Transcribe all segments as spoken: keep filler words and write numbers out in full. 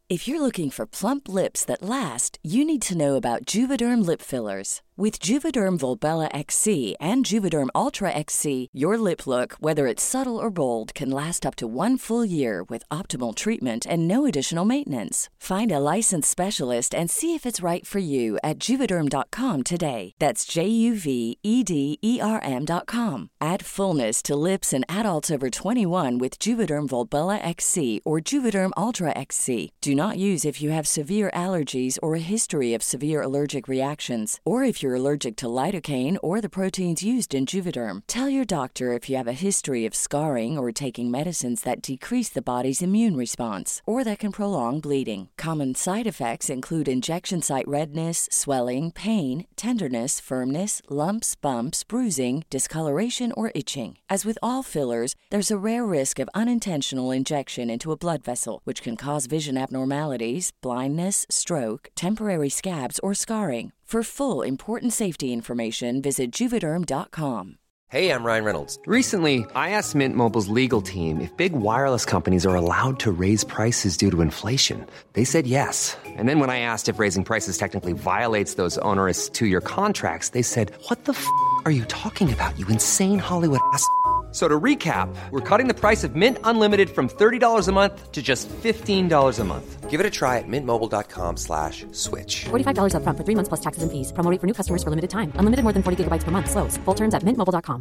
If you're looking for plump lips that last, you need to know about Juvederm lip fillers. With Juvederm Volbella X C and Juvederm Ultra X C, your lip look, whether it's subtle or bold, can last up to one full year with optimal treatment and no additional maintenance. Find a licensed specialist and see if it's right for you at Juvederm dot com today. That's J U V E D E R M dot com. Add fullness to lips in adults over twenty-one with Juvederm Volbella X C or Juvederm Ultra X C. Do not use if you have severe allergies or a history of severe allergic reactions, or if you're allergic to lidocaine or the proteins used in Juvederm. Tell your doctor if you have a history of scarring or taking medicines that decrease the body's immune response or that can prolong bleeding. Common side effects include injection site redness, swelling, pain, tenderness, firmness, lumps, bumps, bruising, discoloration, or itching. As with all fillers, there's a rare risk of unintentional injection into a blood vessel, which can cause vision abnormalities, blindness, stroke, temporary scabs, or scarring. For full, important safety information, visit Juvederm dot com. Hey, I'm Ryan Reynolds. Recently, I asked Mint Mobile's legal team if big wireless companies are allowed to raise prices due to inflation. They said yes. And then when I asked if raising prices technically violates those onerous two-year contracts, they said, what the f*** are you talking about, you insane Hollywood ass f- So to recap, we're cutting the price of Mint Unlimited from thirty dollars a month to just fifteen dollars a month. Give it a try at mintmobile.com slash switch. forty-five dollars up front for three months plus taxes and fees. Promo rate for new customers for limited time. Unlimited more than forty gigabytes per month. Slows full terms at mint mobile dot com.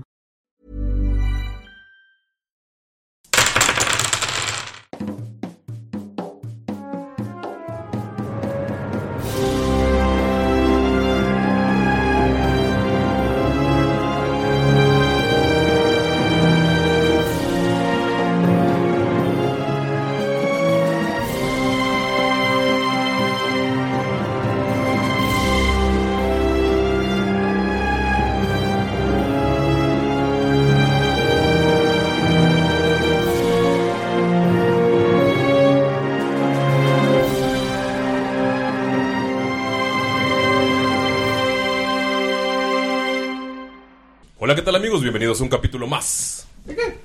Hola, ¿qué tal, amigos? Bienvenidos a un capítulo más. ¿De qué?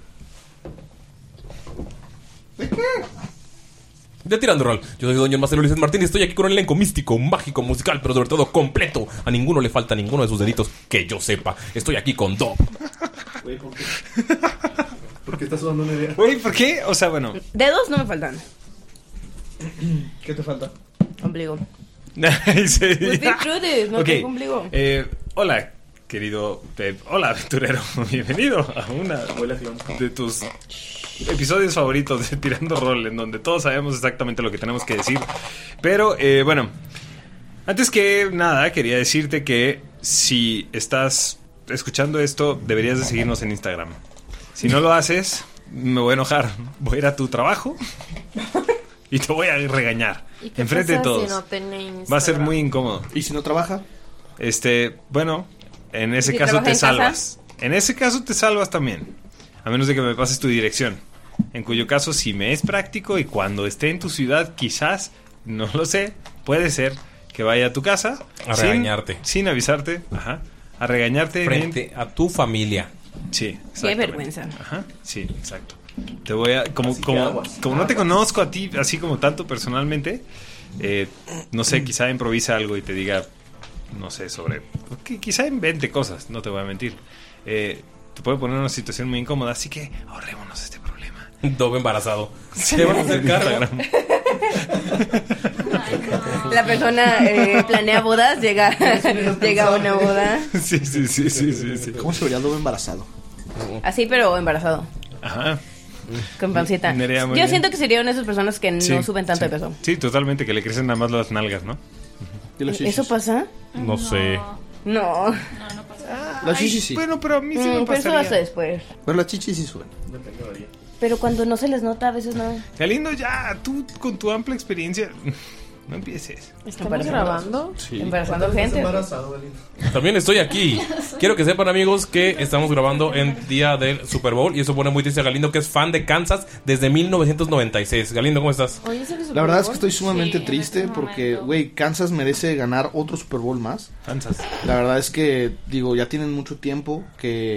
¿De qué? De Tirando Rol. Yo soy Doña Marcelo Ulises Martín y estoy aquí con un elenco místico, mágico, musical, pero sobre todo completo. A ninguno le falta ninguno de sus deditos que yo sepa. Estoy aquí con Dob. Güey, ¿por qué? ¿Por qué estás sudando una idea? Güey, ¿por qué? O sea, bueno. Dedos no me faltan. ¿Qué te falta? Ombligo. Sí. Muy pintrudes, no Okay. tengo ombligo. Eh, hola, querido Pep. Hola, aventurero. Bienvenido a una de tus episodios favoritos de Tirando Rol, en donde todos sabemos exactamente lo que tenemos que decir. Pero, eh, bueno, antes que nada, quería decirte que si estás escuchando esto, deberías de seguirnos en Instagram. Si no lo haces, me voy a enojar. Voy a ir a tu trabajo y te voy a regañar enfrente de todos. Si no tenés Va a ser muy incómodo. ¿Y si no trabaja? Este, bueno, en ese ¿Y si caso trabaja te en salvas. En ese caso te salvas también. A menos de que me pases tu dirección. En cuyo caso, si me es práctico y cuando esté en tu ciudad, quizás, no lo sé, puede ser que vaya a tu casa A sin, regañarte. Sin avisarte, ajá. A regañarte Frente en... a tu familia. Sí, Qué exactamente. vergüenza. Ajá, sí, exacto. Te voy a... Como, Así que como, aguas. como no te conozco a ti así como tanto personalmente, eh, no sé, quizá improvisa algo y te diga, no sé, sobre... qui- Quizá invente cosas, no te voy a mentir. Eh, te puede poner en una situación muy incómoda, así que ahorrémonos este problema. Dob embarazado. Te van a hacer cargo. La persona eh, planea bodas, llega, llega a una boda. Sí, sí, sí, sí, sí, sí. ¿Cómo se vería Dob embarazado? Así, pero embarazado. Ajá. Con pancita. Nerea, muy Yo bien. siento que sería una de esas personas que no Sí, suben tanto sí. de peso. Sí, totalmente, que le crecen nada más las nalgas, ¿no? ¿Y los shishis? ¿Eso pasa? No sé. No. Los shishis sí. Bueno, pero a mí sí Mm, me pero eso pasaría. hasta después. Pero las chichis sí suben. Pero cuando no se les nota, a veces no. Galindo, ya, tú con tu amplia experiencia, no empieces. ¿Estamos grabando? Sí. Embarazando gente. También estoy aquí. Quiero que sepan, amigos, que estamos grabando en día del Super Bowl. Y eso pone muy triste a Galindo, que es fan de Kansas desde mil novecientos noventa y seis. Galindo, ¿cómo estás? Oye, ¿ese La verdad es que estoy sumamente triste porque, güey, Kansas merece ganar otro Super Bowl más. Kansas. La verdad es que, digo, ya tienen mucho tiempo que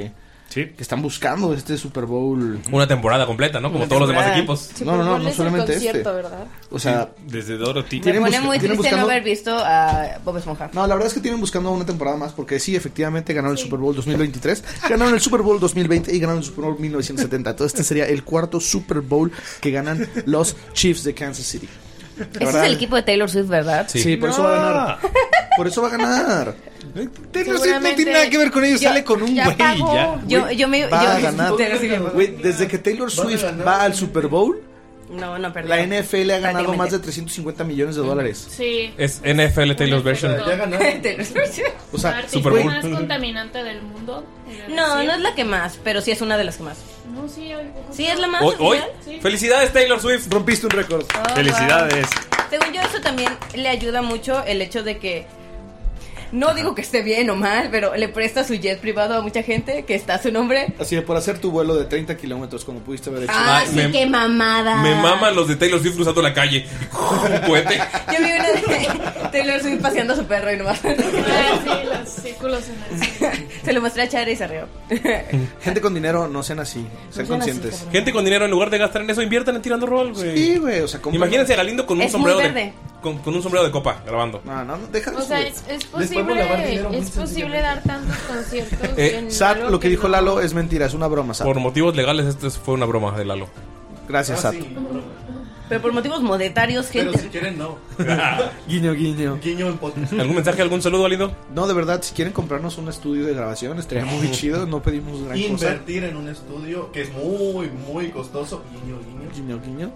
Sí. Que están buscando este Super Bowl. Una temporada completa, ¿no? Como todos los demás equipos. No, no, no, no solamente el concierto, este. ¿verdad? O sea, sí, desde Dorothy. Me pone busca- muy triste buscando... no haber visto a Bob Esponja. No, la verdad es que tienen buscando una temporada más porque sí, efectivamente ganaron el Super Bowl dos mil veintitrés, ganaron el Super Bowl dos mil veinte y ganaron el Super Bowl mil novecientos setenta. Entonces este sería el cuarto Super Bowl que ganan los Chiefs de Kansas City. Ese es el equipo de Taylor Swift, ¿verdad? Sí, sí por no. eso va a ganar. Por eso va a ganar. Taylor Swift no tiene nada que ver con ellos, yo, sale con un güey y ya. Yo, yo me... Va yo, a ganar. Güey, desde que Taylor Swift va, va al Super Bowl... No, no, perdón. La N F L ha ganado más de trescientos cincuenta millones de dólares. Sí. Es N F L Taylor's version. Ya ganaron. O sea, Super Bowl. ¿Es la más contaminante del mundo? No, no es la que más, pero sí es una de las que más. No, sí, hoy, sí es la más. Hoy, hoy. Sí. Felicidades Taylor Swift, rompiste un récord. Oh, Felicidades. Wow. Según yo eso también le ayuda mucho el hecho de que no digo que esté bien o mal, pero le presta su jet privado a mucha gente que está a su nombre. Así de por hacer tu vuelo de treinta kilómetros cuando pudiste haber hecho. Ah, Ay, sí, me, qué mamada. Me maman los de Taylor Swift cruzando la calle. Un cohete. Yo vi una de Taylor Swift paseando a su perro y nomás. Ah, sí, los círculos en el cine. Se lo mostré a Chara y se rió. Gente con dinero, no sean así. Sean no conscientes. Así, gente con dinero, en lugar de gastar en eso, inviertan en tirando rol, güey. Sí, güey. O sea, imagínense a Galindo con un es sombrero muy de. Con, con un sombrero de copa grabando. No, no, déjalo. O sea, es, es posible, es posible dar tantos conciertos. Eh, en Sat, algo lo que, que dijo no... Lalo es mentira, es una broma, Sat. Por motivos legales, esto fue una broma de Lalo. Gracias, ah, Sat. Sí, pero por motivos monetarios, gente. Pero si quieren, no. Guiño, guiño. Guiño en podcast. ¿Algún mensaje, algún saludo, Galindo? No, de verdad, si quieren comprarnos un estudio de grabación, estaría muy chido. No pedimos gran cosa. Invertir en un estudio que es muy, muy costoso. Guiño, guiño. Guiño, guiño.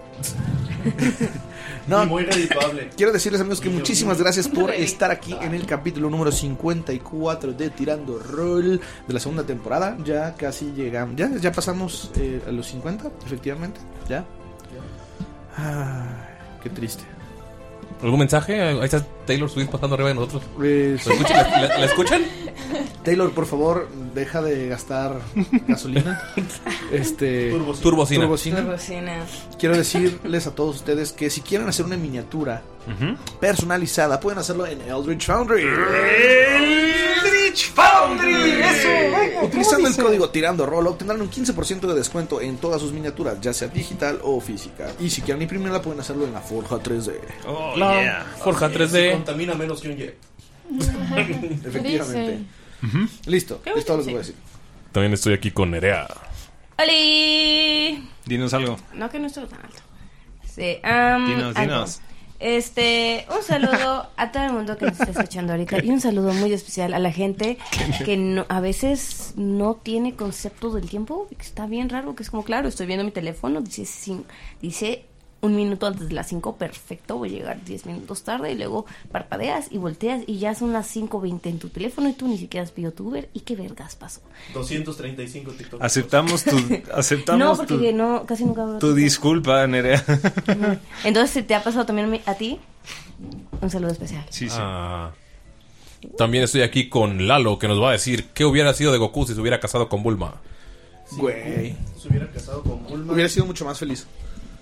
No, y muy redituable. Quiero decirles, amigos, que Guiño, muchísimas guiño. gracias por estar aquí en el capítulo número cincuenta y cuatro de Tirando Roll de la segunda temporada. Ya casi llegamos. Ya, ya pasamos eh, a los cincuenta, efectivamente. Ya. Ah, qué triste. ¿Algún mensaje? Ahí está Taylor Swift pasando arriba de nosotros. Eh, ¿La, escuchan? ¿La, la, ¿La escuchan? Taylor, por favor, deja de gastar gasolina. Este Turbocina. Turbocina. Turbocina. Turbocina. Quiero decirles a todos ustedes que si quieren hacer una miniatura uh-huh. personalizada, pueden hacerlo en Eldritch Foundry. Eldritch Foundry. Eso. Utilizando el código Tirando Roll obtendrán un quince por ciento de descuento en todas sus miniaturas, ya sea digital o física. Y si quieren imprimirla, pueden hacerlo en la Forja tres D. Oh, no. Yeah. Forja tres D. Se contamina menos que un jet. Efectivamente. Uh-huh. Listo, es todo lo que voy a decir. También estoy aquí con Nerea. ¡Holi! Dinos algo. No, que no estuvo tan alto. Sí, um, dinos, algo. dinos. Este, un saludo a todo el mundo que nos está escuchando ahorita y un saludo muy especial a la gente que no, a veces no tiene concepto del tiempo, que está bien raro, que es como, claro, estoy viendo mi teléfono, dice, dice un minuto antes de las cinco, perfecto, voy a llegar diez minutos tarde y luego parpadeas y volteas y ya son las cinco veinte en tu teléfono y tú ni siquiera has pedido tu Uber y qué vergas pasó. doscientos treinta y cinco TikTok. Aceptamos tu aceptamos No, porque tu, no, casi nunca hablo. Tu disculpa, Nerea. Entonces, ¿te ha pasado también a ti? Un saludo especial. Sí, sí. Ah, también estoy aquí con Lalo, que nos va a decir qué hubiera sido de Goku si se hubiera casado con Bulma. Güey. Si se hubiera casado con Bulma, hubiera sido mucho más feliz.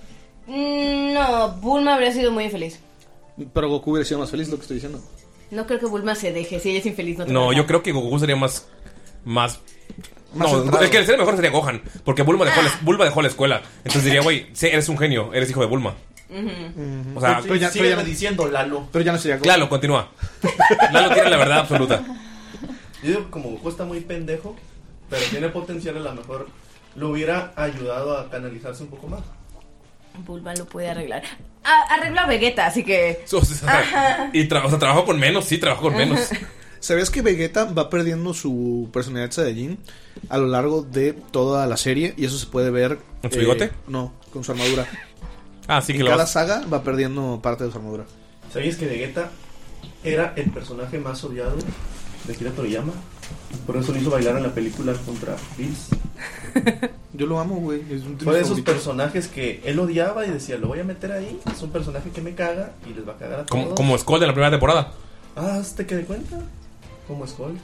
No, Bulma habría sido muy infeliz. Pero Goku hubiera sido más feliz, lo que estoy diciendo. No creo que Bulma se deje. Si ella es infeliz, no te No, yo creo que Goku sería más. Más. Más no, centrado. el que sería mejor sería Gohan. Porque Bulma dejó, ah. la, Bulma dejó la escuela. Entonces diría, güey, sí, eres un genio, eres hijo de Bulma. Uh-huh. O sea, pero ya, pero ya diciendo Lalo. Pero ya no sería Goku. Lalo, continúa. Lalo tiene la verdad absoluta. Yo digo que como Goku está muy pendejo, pero tiene potencial, a lo mejor lo hubiera ayudado a canalizarse un poco más. Bulma lo puede arreglar. A- arregla a Vegeta, así que. O sea, y tra- o sea, trabajó con menos, sí, trabajó con menos. ¿Sabías que Vegeta va perdiendo su personalidad Saiyajin a lo largo de toda la serie? Y eso se puede ver. ¿Con su bigote? Eh, no, con su armadura. Ah, sí que en lo cada vas... saga va perdiendo parte de su armadura. ¿Sabías que Vegeta era el personaje más odiado de Akira Toriyama? Por eso lo hizo bailar en la película contra Bills. Yo lo amo, güey. Es un Fue de esos personajes que él odiaba y decía, lo voy a meter ahí. Es un personaje que me caga y les va a cagar a todos. Como, como Skull en la primera temporada. Ah, ¿te quedé cuenta? Como Skull.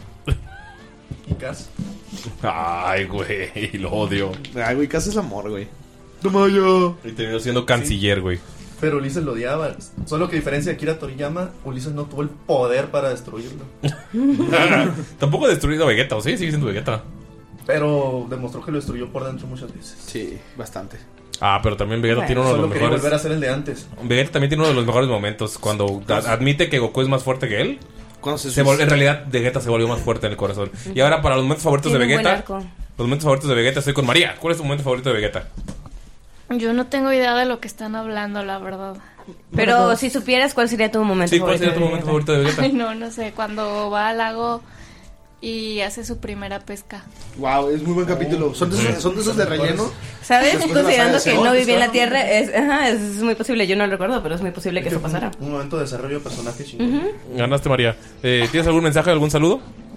Y Cass. Ay, güey, lo odio. Ay, güey, Cass es amor, güey. Tomayo. Y terminó siendo canciller, güey. Sí. Pero Ulises lo odiaba. Solo que a diferencia de Akira Toriyama, Ulises no tuvo el poder para destruirlo. Tampoco ha destruido a Vegeta, ¿o sí? Sigue siendo Vegeta. Pero demostró que lo destruyó por dentro muchas veces. Sí, bastante. Ah, pero también Vegeta bueno, tiene uno de los mejores. volver a hacer el de antes. Vegeta también tiene uno de los mejores momentos cuando ad- admite que Goku es más fuerte que él. Se se vol- en realidad Vegeta se volvió más fuerte en el corazón. Y ahora para los momentos favoritos de Vegeta, los momentos favoritos de Vegeta estoy con María. ¿Cuál es tu momento favorito de Vegeta? Yo no tengo idea de lo que están hablando, la verdad. Pero bueno, si supieras, ¿cuál sería tu momento sí, favorito? ¿cuál sería tu momento favorito de Vegeta? Ay, no, no sé, cuando va al lago y hace su primera pesca. Wow, es muy buen capítulo. Son de esos, son de, esos de relleno. ¿Sabes? Considerando que no vivía en la Tierra, es, ajá, es muy posible. Yo no lo recuerdo, pero es muy posible que eso pasara. Un momento de desarrollo de personaje chingón. Uh-huh. Ganaste, María. Eh, ¿Tienes algún mensaje, algún saludo?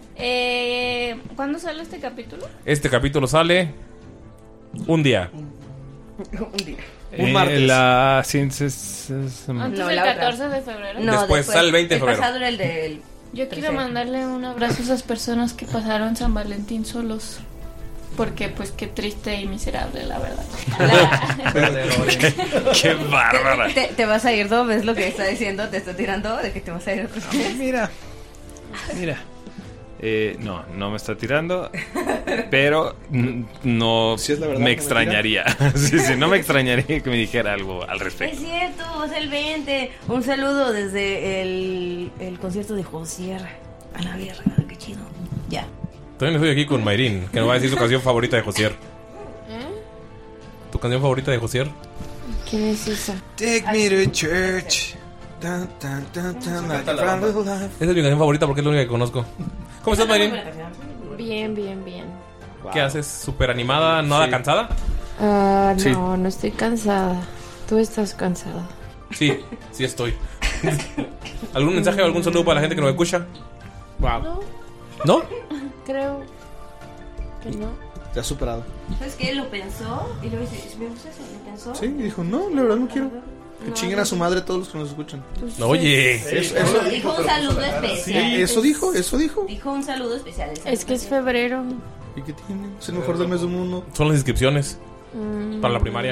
Eh, ¿Cuándo sale este capítulo? Este capítulo sale un día. Un día. Un martes. Eh, la ciencia es, es, Antes no, del la catorce otra. de febrero. No, después, después sale el veinte de febrero. El pasado era el del... Yo quiero mandarle un abrazo a esas personas que pasaron San Valentín solos. Porque pues qué triste y miserable, la verdad. La... qué, qué bárbara. Te, te vas a ir, ¿no? ¿Ves lo que está diciendo? Te está tirando de que te vas a ir. Mira, mira. Eh, no, no me está tirando. Pero n- no si es la verdad, me no extrañaría. Me sí, sí, no me extrañaría que me dijera algo al respecto. Es cierto, es el veinte. Un saludo desde el, el concierto de Josier. A la verga, qué chido. Ya. También estoy aquí con Mayrin, que nos va a decir su canción favorita de Josier. ¿Eh? ¿Tu canción favorita de Josier? ¿Quién es esa? Take me to church. Tan, tan, tan, tan, like a little life. Esa es mi canción favorita porque es la única que conozco. ¿Cómo estás, Mayrin? Bien, bien, bien. ¿Qué haces? ¿Súper animada? ¿Nada Sí. cansada? Ah, no, Sí. no estoy cansada. Tú estás cansada. Sí, sí estoy. ¿Algún mensaje o algún saludo para la gente que nos escucha? Wow. No, ¿No? creo que no. Te has superado. ¿Sabes qué? Lo pensó y luego dice, ¿me gusta eso? ¿Lo pensó? Sí, y dijo, no, la verdad no quiero. Que No, chinguen no. a su madre todos los que nos escuchan. Pues, Oye. Eso, eso, Dijo un saludo especial. eso dijo, eso dijo. Dijo un saludo especial. Es que es febrero. ¿Y qué tiene? Es el mejor del mes del mundo. Son las inscripciones Mm, para la primaria.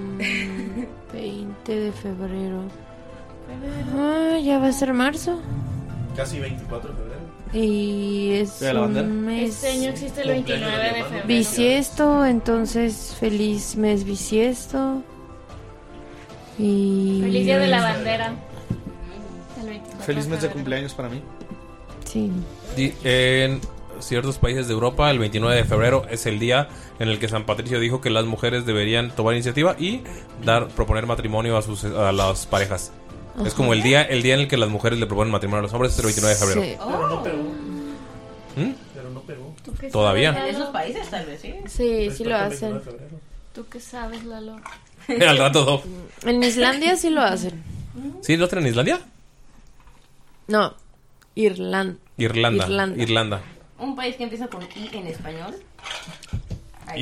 veinte de febrero. Ah, ya va a ser marzo. Casi veinticuatro de febrero. Y es ¿De la bandera? un mes Este año existe el veintinueve de febrero. bisiesto, entonces feliz mes bisiesto. Y Feliz día de la bandera. El veinticuatro Feliz mes de febrero. cumpleaños para mí. Sí. Di- En ciertos países de Europa, el veintinueve de febrero es el día en el que San Patricio dijo que las mujeres deberían tomar iniciativa y dar proponer matrimonio a sus a las parejas. Es como el día el día en el que las mujeres le proponen matrimonio a los hombres, es el veintinueve de febrero. Sí. Pero no pegó. ¿Mm? Pero no pegó. ¿Tú qué Todavía. sabes, En Lalo? esos países tal vez, sí. Sí, sí lo Respecto al hacen. veintinueve de febrero. ¿Tú qué sabes, Lalo? Al rato dos. En Islandia sí lo hacen. ¿Sí lo hacen en Islandia? No, Irlanda. Irlanda. Irlanda. Irlanda. Un país que empieza con I en español. Ahí.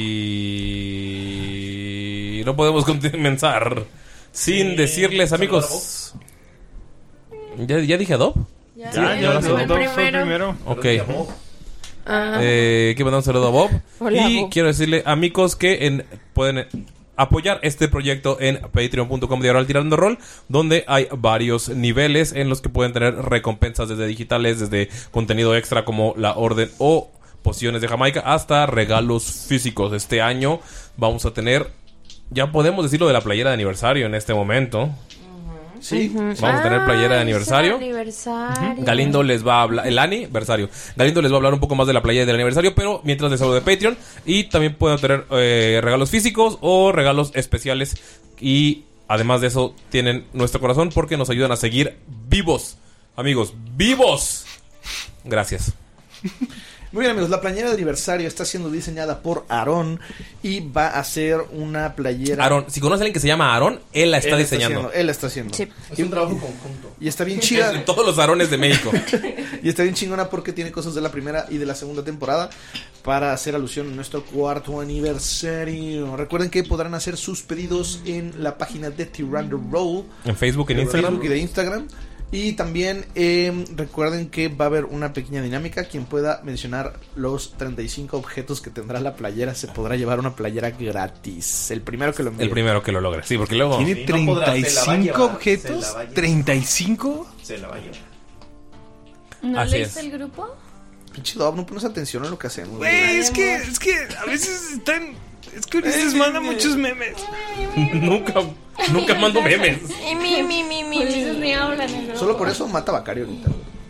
Y no podemos comenzar sin decirles, amigos. ¿Ya, ya dije Adobe? Ya, Sí, ya, fue ya, el Bob fue primero. primero. Ok. Ah, Eh, quiero mandar un saludo a Bob. Hola, y Bob. quiero decirle, amigos, que en, pueden eh, apoyar este proyecto en patreon punto com diagonal tirando rol, donde hay varios niveles en los que pueden tener recompensas desde digitales, desde contenido extra como la orden o pociones de Jamaica, hasta regalos físicos. Este año vamos a tener, ya podemos decirlo, de la playera de aniversario en este momento. Sí. Vamos a tener playera de Ah, aniversario. es el aniversario. Galindo les va a hablar, el aniversario. Galindo les va a hablar un poco más de la playa del aniversario, pero mientras les hablo de Patreon. Y también pueden tener eh, regalos físicos o regalos especiales. Y además de eso, tienen nuestro corazón porque nos ayudan a seguir vivos. Amigos, ¡vivos! Gracias. Muy bien, amigos, la playera de aniversario está siendo diseñada por Aarón y va a ser una playera. Aarón, si conoce a alguien que se llama Aarón, él la está Él diseñando. haciendo, él la está haciendo. Sí. Es un trabajo conjunto. Y está bien chida. Todos los Aarones de México. Y está bien chingona porque tiene cosas de la primera y de la segunda temporada para hacer alusión a nuestro cuarto aniversario. Recuerden que podrán hacer sus pedidos en la página de Tirando Roll, En Facebook, en de Instagram. Facebook y de Instagram. Y también eh, recuerden que va a haber una pequeña dinámica. Quien pueda mencionar los treinta y cinco objetos que tendrá la playera se podrá llevar una playera gratis. El primero que lo envíe. El primero que lo logre. Sí, porque luego. ¿Tiene Sí, no podrá, treinta y se la va a cinco llevar, se objetos? la va a llevar. ¿treinta y cinco? Se la va a llevar. ¿No Así leíste es. el grupo? Pinche Dob, no pones atención a lo que hacemos. Güey, es que, es que a veces están... Es que Ulises manda muchos memes. Nunca, nunca mando memes. Y mi, mi, mi, mi. Ulises ni habla, negro. Solo por eso mata a Bacario ahorita.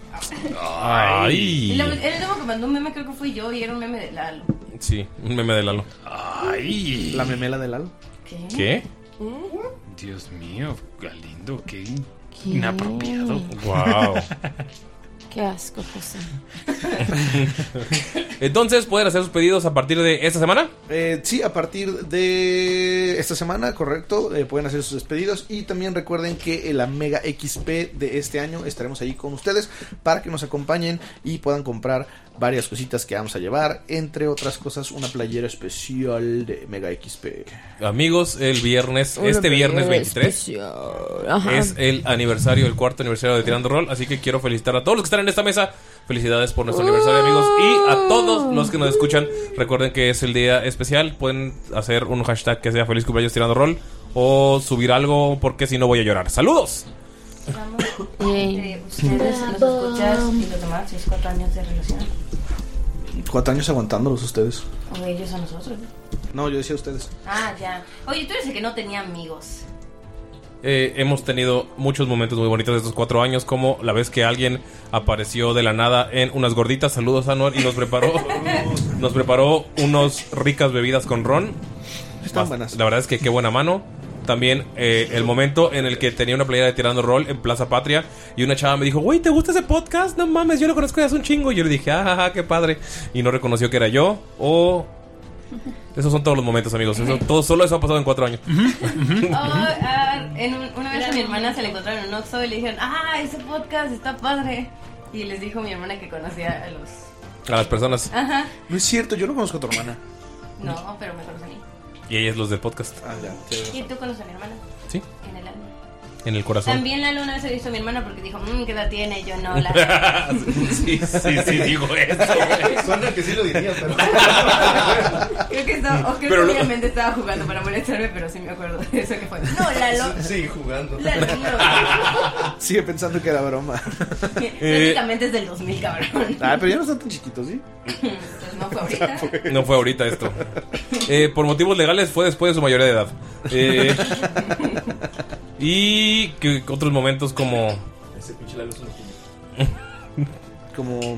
Ay. El, el último que mandó un meme creo que fui yo y era un meme de Lalo. Sí, un meme de Lalo. Ay. La memela de Lalo. ¿Qué? ¿Qué? Dios mío, Galindo, qué inapropiado. Wow. Qué asco, José. Entonces, ¿pueden hacer sus pedidos a partir de esta semana? Eh, sí, a partir de esta semana, correcto, eh, pueden hacer sus despedidos. Y también recuerden que en la Mega X P de este año estaremos ahí con ustedes para que nos acompañen y puedan comprar varias cositas que vamos a llevar. Entre otras cosas, una playera especial de Mega X P. Amigos, el viernes, este viernes veintitrés es el aniversario, el cuarto aniversario de Tirando Roll. Así que quiero felicitar a todos los que están en esta mesa. Felicidades por nuestro aniversario, amigos. Y a todos los que nos escuchan, recuerden que es el día especial. Pueden hacer un hashtag que sea feliz cumpleaños Tirando Roll o subir algo, porque si no voy a llorar. ¡Saludos! Eh, ustedes, los escuchas y los demás, seis, cuatro años de relación. Cuatro años aguantándolos ustedes. O ellos a nosotros. No, yo decía ustedes. Ah, ya. Oye, tú eres el que no tenía amigos. Eh, hemos tenido muchos momentos muy bonitos de estos cuatro años, como la vez que alguien apareció de la nada en unas gorditas. Saludos, Anuar, y nos preparó nos preparó unos ricas bebidas con ron. Están buenas. La verdad es que qué buena mano. También eh, el momento en el que tenía una playera de Tirando Roll en Plaza Patria y una chava me dijo, güey, ¿te gusta ese podcast? No mames, yo lo conozco ya hace un chingo. Y yo le dije, ah, qué padre. Y no reconoció que era yo. O... Esos son todos los momentos, amigos. Eso, todo, solo eso ha pasado en cuatro años. Oh, ah, en un- una vez a mi hermana se le encontraron en un Oxxo y le dijeron, ah, ese podcast está padre. Y les dijo mi hermana que conocía a los... A las personas. Ajá. No es cierto, yo no conozco a tu hermana. No, pero me conoce a mí. Y ella es los del podcast. Ah, ya. ¿Y tú conoces a mi hermana? Sí. En el alma. En el corazón. También Lalo una vez he visto a mi hermana porque dijo, mmm, ¿qué edad tiene? Y yo no, la... Sí, sí, sí, digo eso. Suena que sí lo diría, pero... Creo que, estaba, o creo Pero que lo- obviamente estaba jugando para molestarme, pero sí me acuerdo de eso que fue. No, Lalo. Sí, jugando. Lalo, no. Sigue pensando que era broma. Técnicamente es del dos mil, cabrón. Ah, pero ya no están tan chiquitos, ¿sí? Pues no fue ahorita. No fue ahorita esto. Eh, por motivos legales fue después de su mayoría de edad. Eh, y que otros momentos como... Ese pinche Lalo es un... Como...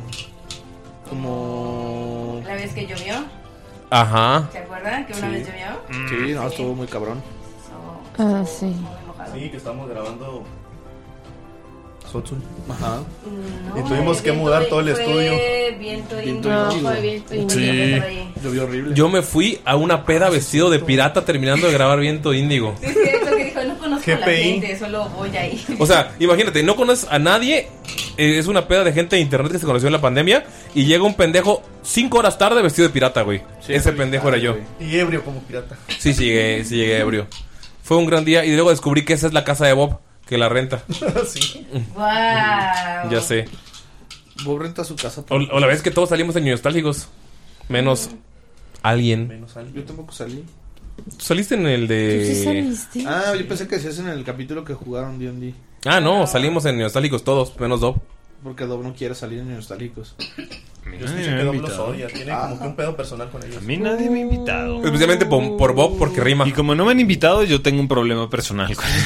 Como... La vez que llovió, Ajá. ¿se acuerdan? Que una Sí. vez llovió. Sí, no, estuvo muy cabrón. Ah, sí. Sí, que estábamos grabando Sotsun. Ajá. No, Y tuvimos que viento mudar in- todo el fue estudio. Viento Viento índigo. índigo. Fue viento Sí. índigo. Llovió horrible. Yo me fui a una peda vestido de pirata terminando de grabar Viento Índigo. Sí, es cierto que dijo, no conozco a la G P I. gente, solo voy ahí. O sea, imagínate, no conoces a nadie. eh, Es una peda de gente de internet que se conoció en la pandemia. Y llega un pendejo cinco horas tarde vestido de pirata, güey. Sí, Ese fue pendejo era yo. güey. Y ebrio como pirata. Sí, sí llegué, sí llegué ebrio. Fue un gran día y luego descubrí que esa es la casa de Bob, que la renta. Sí. Wow. Ya sé. Bob renta su casa. O, o la vez que todos salimos en nostálgicos. Menos alguien. Menos alguien. Yo tampoco salí. ¿Tú saliste en el de...? ¿Sí saliste? Ah, yo pensé que decías en el capítulo que jugaron D and D. Ah, no, salimos en nostálgicos todos, menos Bob. Porque Dob no quiere salir en nostálgicos. Yo escuché que Dom los odia. Tiene como que un pedo personal con ellos. A mí nadie me ha invitado. Especialmente por, por Bob, porque rima. Y como no me han invitado, yo tengo un problema personal con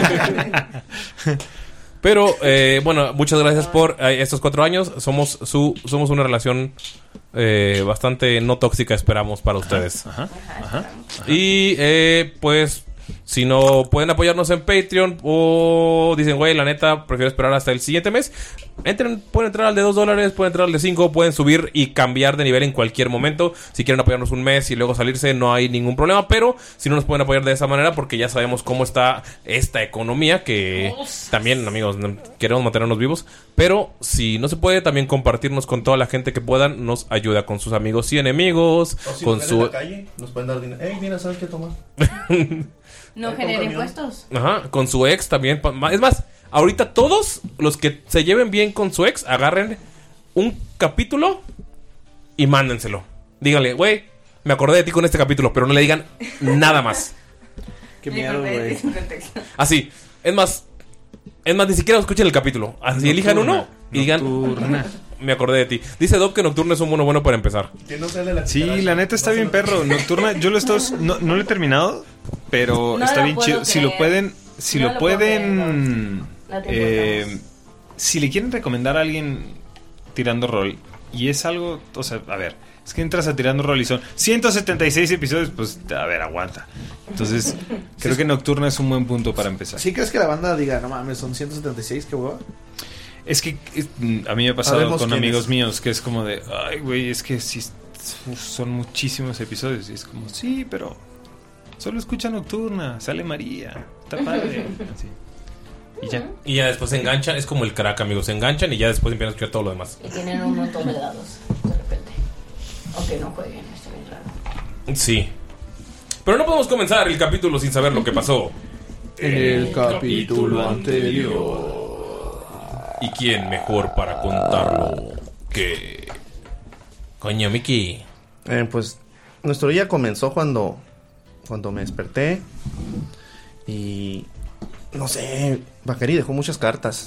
Pero, eh, bueno, muchas gracias por eh, estos cuatro años. Somos su somos una relación eh, bastante no tóxica, esperamos, para ustedes. Ajá, ajá. Y, eh, pues, si no pueden apoyarnos en Patreon o dicen, güey, la neta, prefiero esperar hasta el siguiente mes, entren, pueden entrar al de dos dólares, pueden entrar al de cinco, pueden subir y cambiar de nivel en cualquier momento. Si quieren apoyarnos un mes y luego salirse, no hay ningún problema. Pero si no nos pueden apoyar de esa manera, porque ya sabemos cómo está esta economía, que también, amigos, no- queremos mantenernos vivos. Pero si no se puede, también compartirnos con toda la gente que puedan nos ayuda, con sus amigos y enemigos, O si con nos ven en su... la calle, nos pueden dar dinero. Ey, mira, ¿sabes qué tomar? No Ahí genera con camión. impuestos. Ajá, con su ex también. pa- ma- Es más, ahorita todos los que se lleven bien con su ex, agarren un capítulo y mándenselo. Díganle, güey, me acordé de ti con este capítulo, pero no le digan nada más. Qué Me miedo, acordé de güey. ti sin contexto. Así, es más, es más, ni siquiera escuchen el capítulo. Así elijan uno y digan, Nocturna. me acordé de ti. Dice Doc que Nocturna es un mono bueno para empezar. Que no sale la Sí, la neta está bien perro. Nocturna, yo lo estoy, no, no lo he terminado, pero No está lo bien puedo chido. Si lo creer. pueden, si No lo, lo puedo pueden, No te eh, importamos. si le quieren recomendar a alguien tirando rol y es algo, o sea, a ver, es que entras a tirando rol y son ciento setenta y seis episodios, pues a ver, aguanta. Entonces, creo que Nocturna es un buen punto para empezar. ¿Sí crees que la banda diga, no mames, son ciento setenta y seis, qué hueva? Es que es- a mí me ha pasado Sabemos con quién amigos es. míos que es como de, ay, güey, es que sí, uf, son muchísimos episodios. Y es como, sí, pero solo escucha Nocturna, sale María, está padre. Así. Y ya. Y ya después se enganchan. Es como el crack, amigos. Se enganchan y ya después empiezan a escuchar todo lo demás. Y tienen un montón de dados, de repente. Aunque no jueguen, está bien raro. Sí. Pero no podemos comenzar el capítulo sin saber lo que pasó En el capítulo anterior. ¿Y quién mejor para contarlo que... Coño, Miki? Eh, pues nuestro día comenzó cuando cuando me desperté y no sé, Bacari dejó muchas cartas.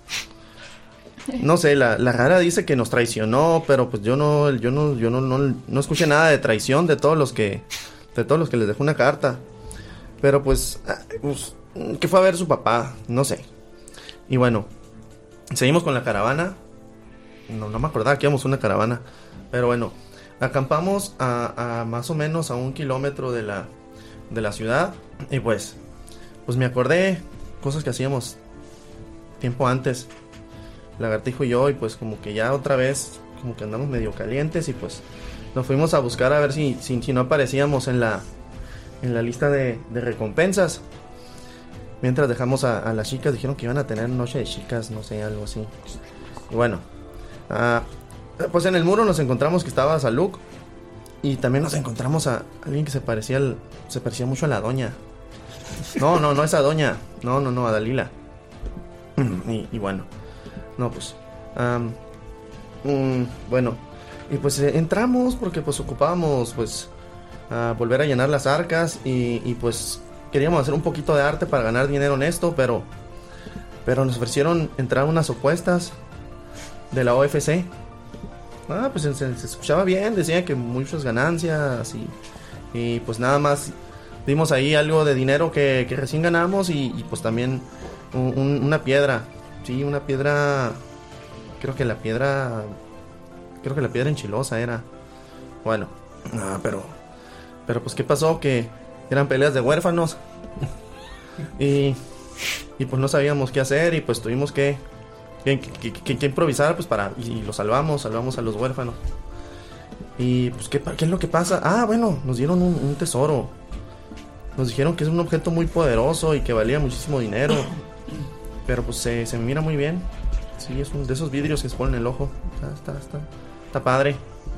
No sé, la, la rara dice que nos traicionó, pero pues yo no yo no yo no, no no escuché nada de traición de todos los que de todos los que les dejó una carta. Pero pues, ah, pues que fue a ver su papá, no sé. Y bueno, seguimos con la caravana. No, no me acordaba que íbamos una caravana. Pero bueno, acampamos a, a más o menos a un kilómetro de la, de la ciudad. Y pues, pues me acordé cosas que hacíamos tiempo antes, Lagartijo y yo. Y pues como que ya otra vez, como que andamos medio calientes. Y pues nos fuimos a buscar a ver si, si, si no aparecíamos en la, en la lista de, de recompensas. Mientras dejamos a, a las chicas, dijeron que iban a tener noche de chicas, no sé, algo así. Y bueno, ah, pues en el muro nos encontramos que estaba Saluk. Y también nos encontramos a alguien que se parecía al, se parecía mucho a la doña. No, no, no esa doña. No, no, no, a Dalila. Y, y bueno, no, pues am, mm, bueno, y pues eh, entramos porque pues ocupábamos pues a volver a llenar las arcas. Y, y pues queríamos hacer un poquito de arte para ganar dinero honesto, pero pero nos ofrecieron entrar a unas opuestas de la O F C. Ah, pues se, se escuchaba bien, decían que muchas ganancias y, y pues nada más dimos ahí algo de dinero que, que recién ganamos y, y pues también un, un, una piedra, sí, una piedra, creo que la piedra, creo que la piedra enchilosa era. Bueno, ah, pero, pero pues qué pasó, que eran peleas de huérfanos y, y pues no sabíamos qué hacer y pues tuvimos que Que, que, que, que improvisar pues para y, y lo salvamos, salvamos a los huérfanos. Y pues ¿qué, ¿qué es lo que pasa? Ah, bueno, nos dieron un, un tesoro. Nos dijeron que es un objeto muy poderoso y que valía muchísimo dinero. Pero pues se, se mira muy bien. Sí, es uno de esos vidrios que se ponen en el ojo. Está, está, está, está padre.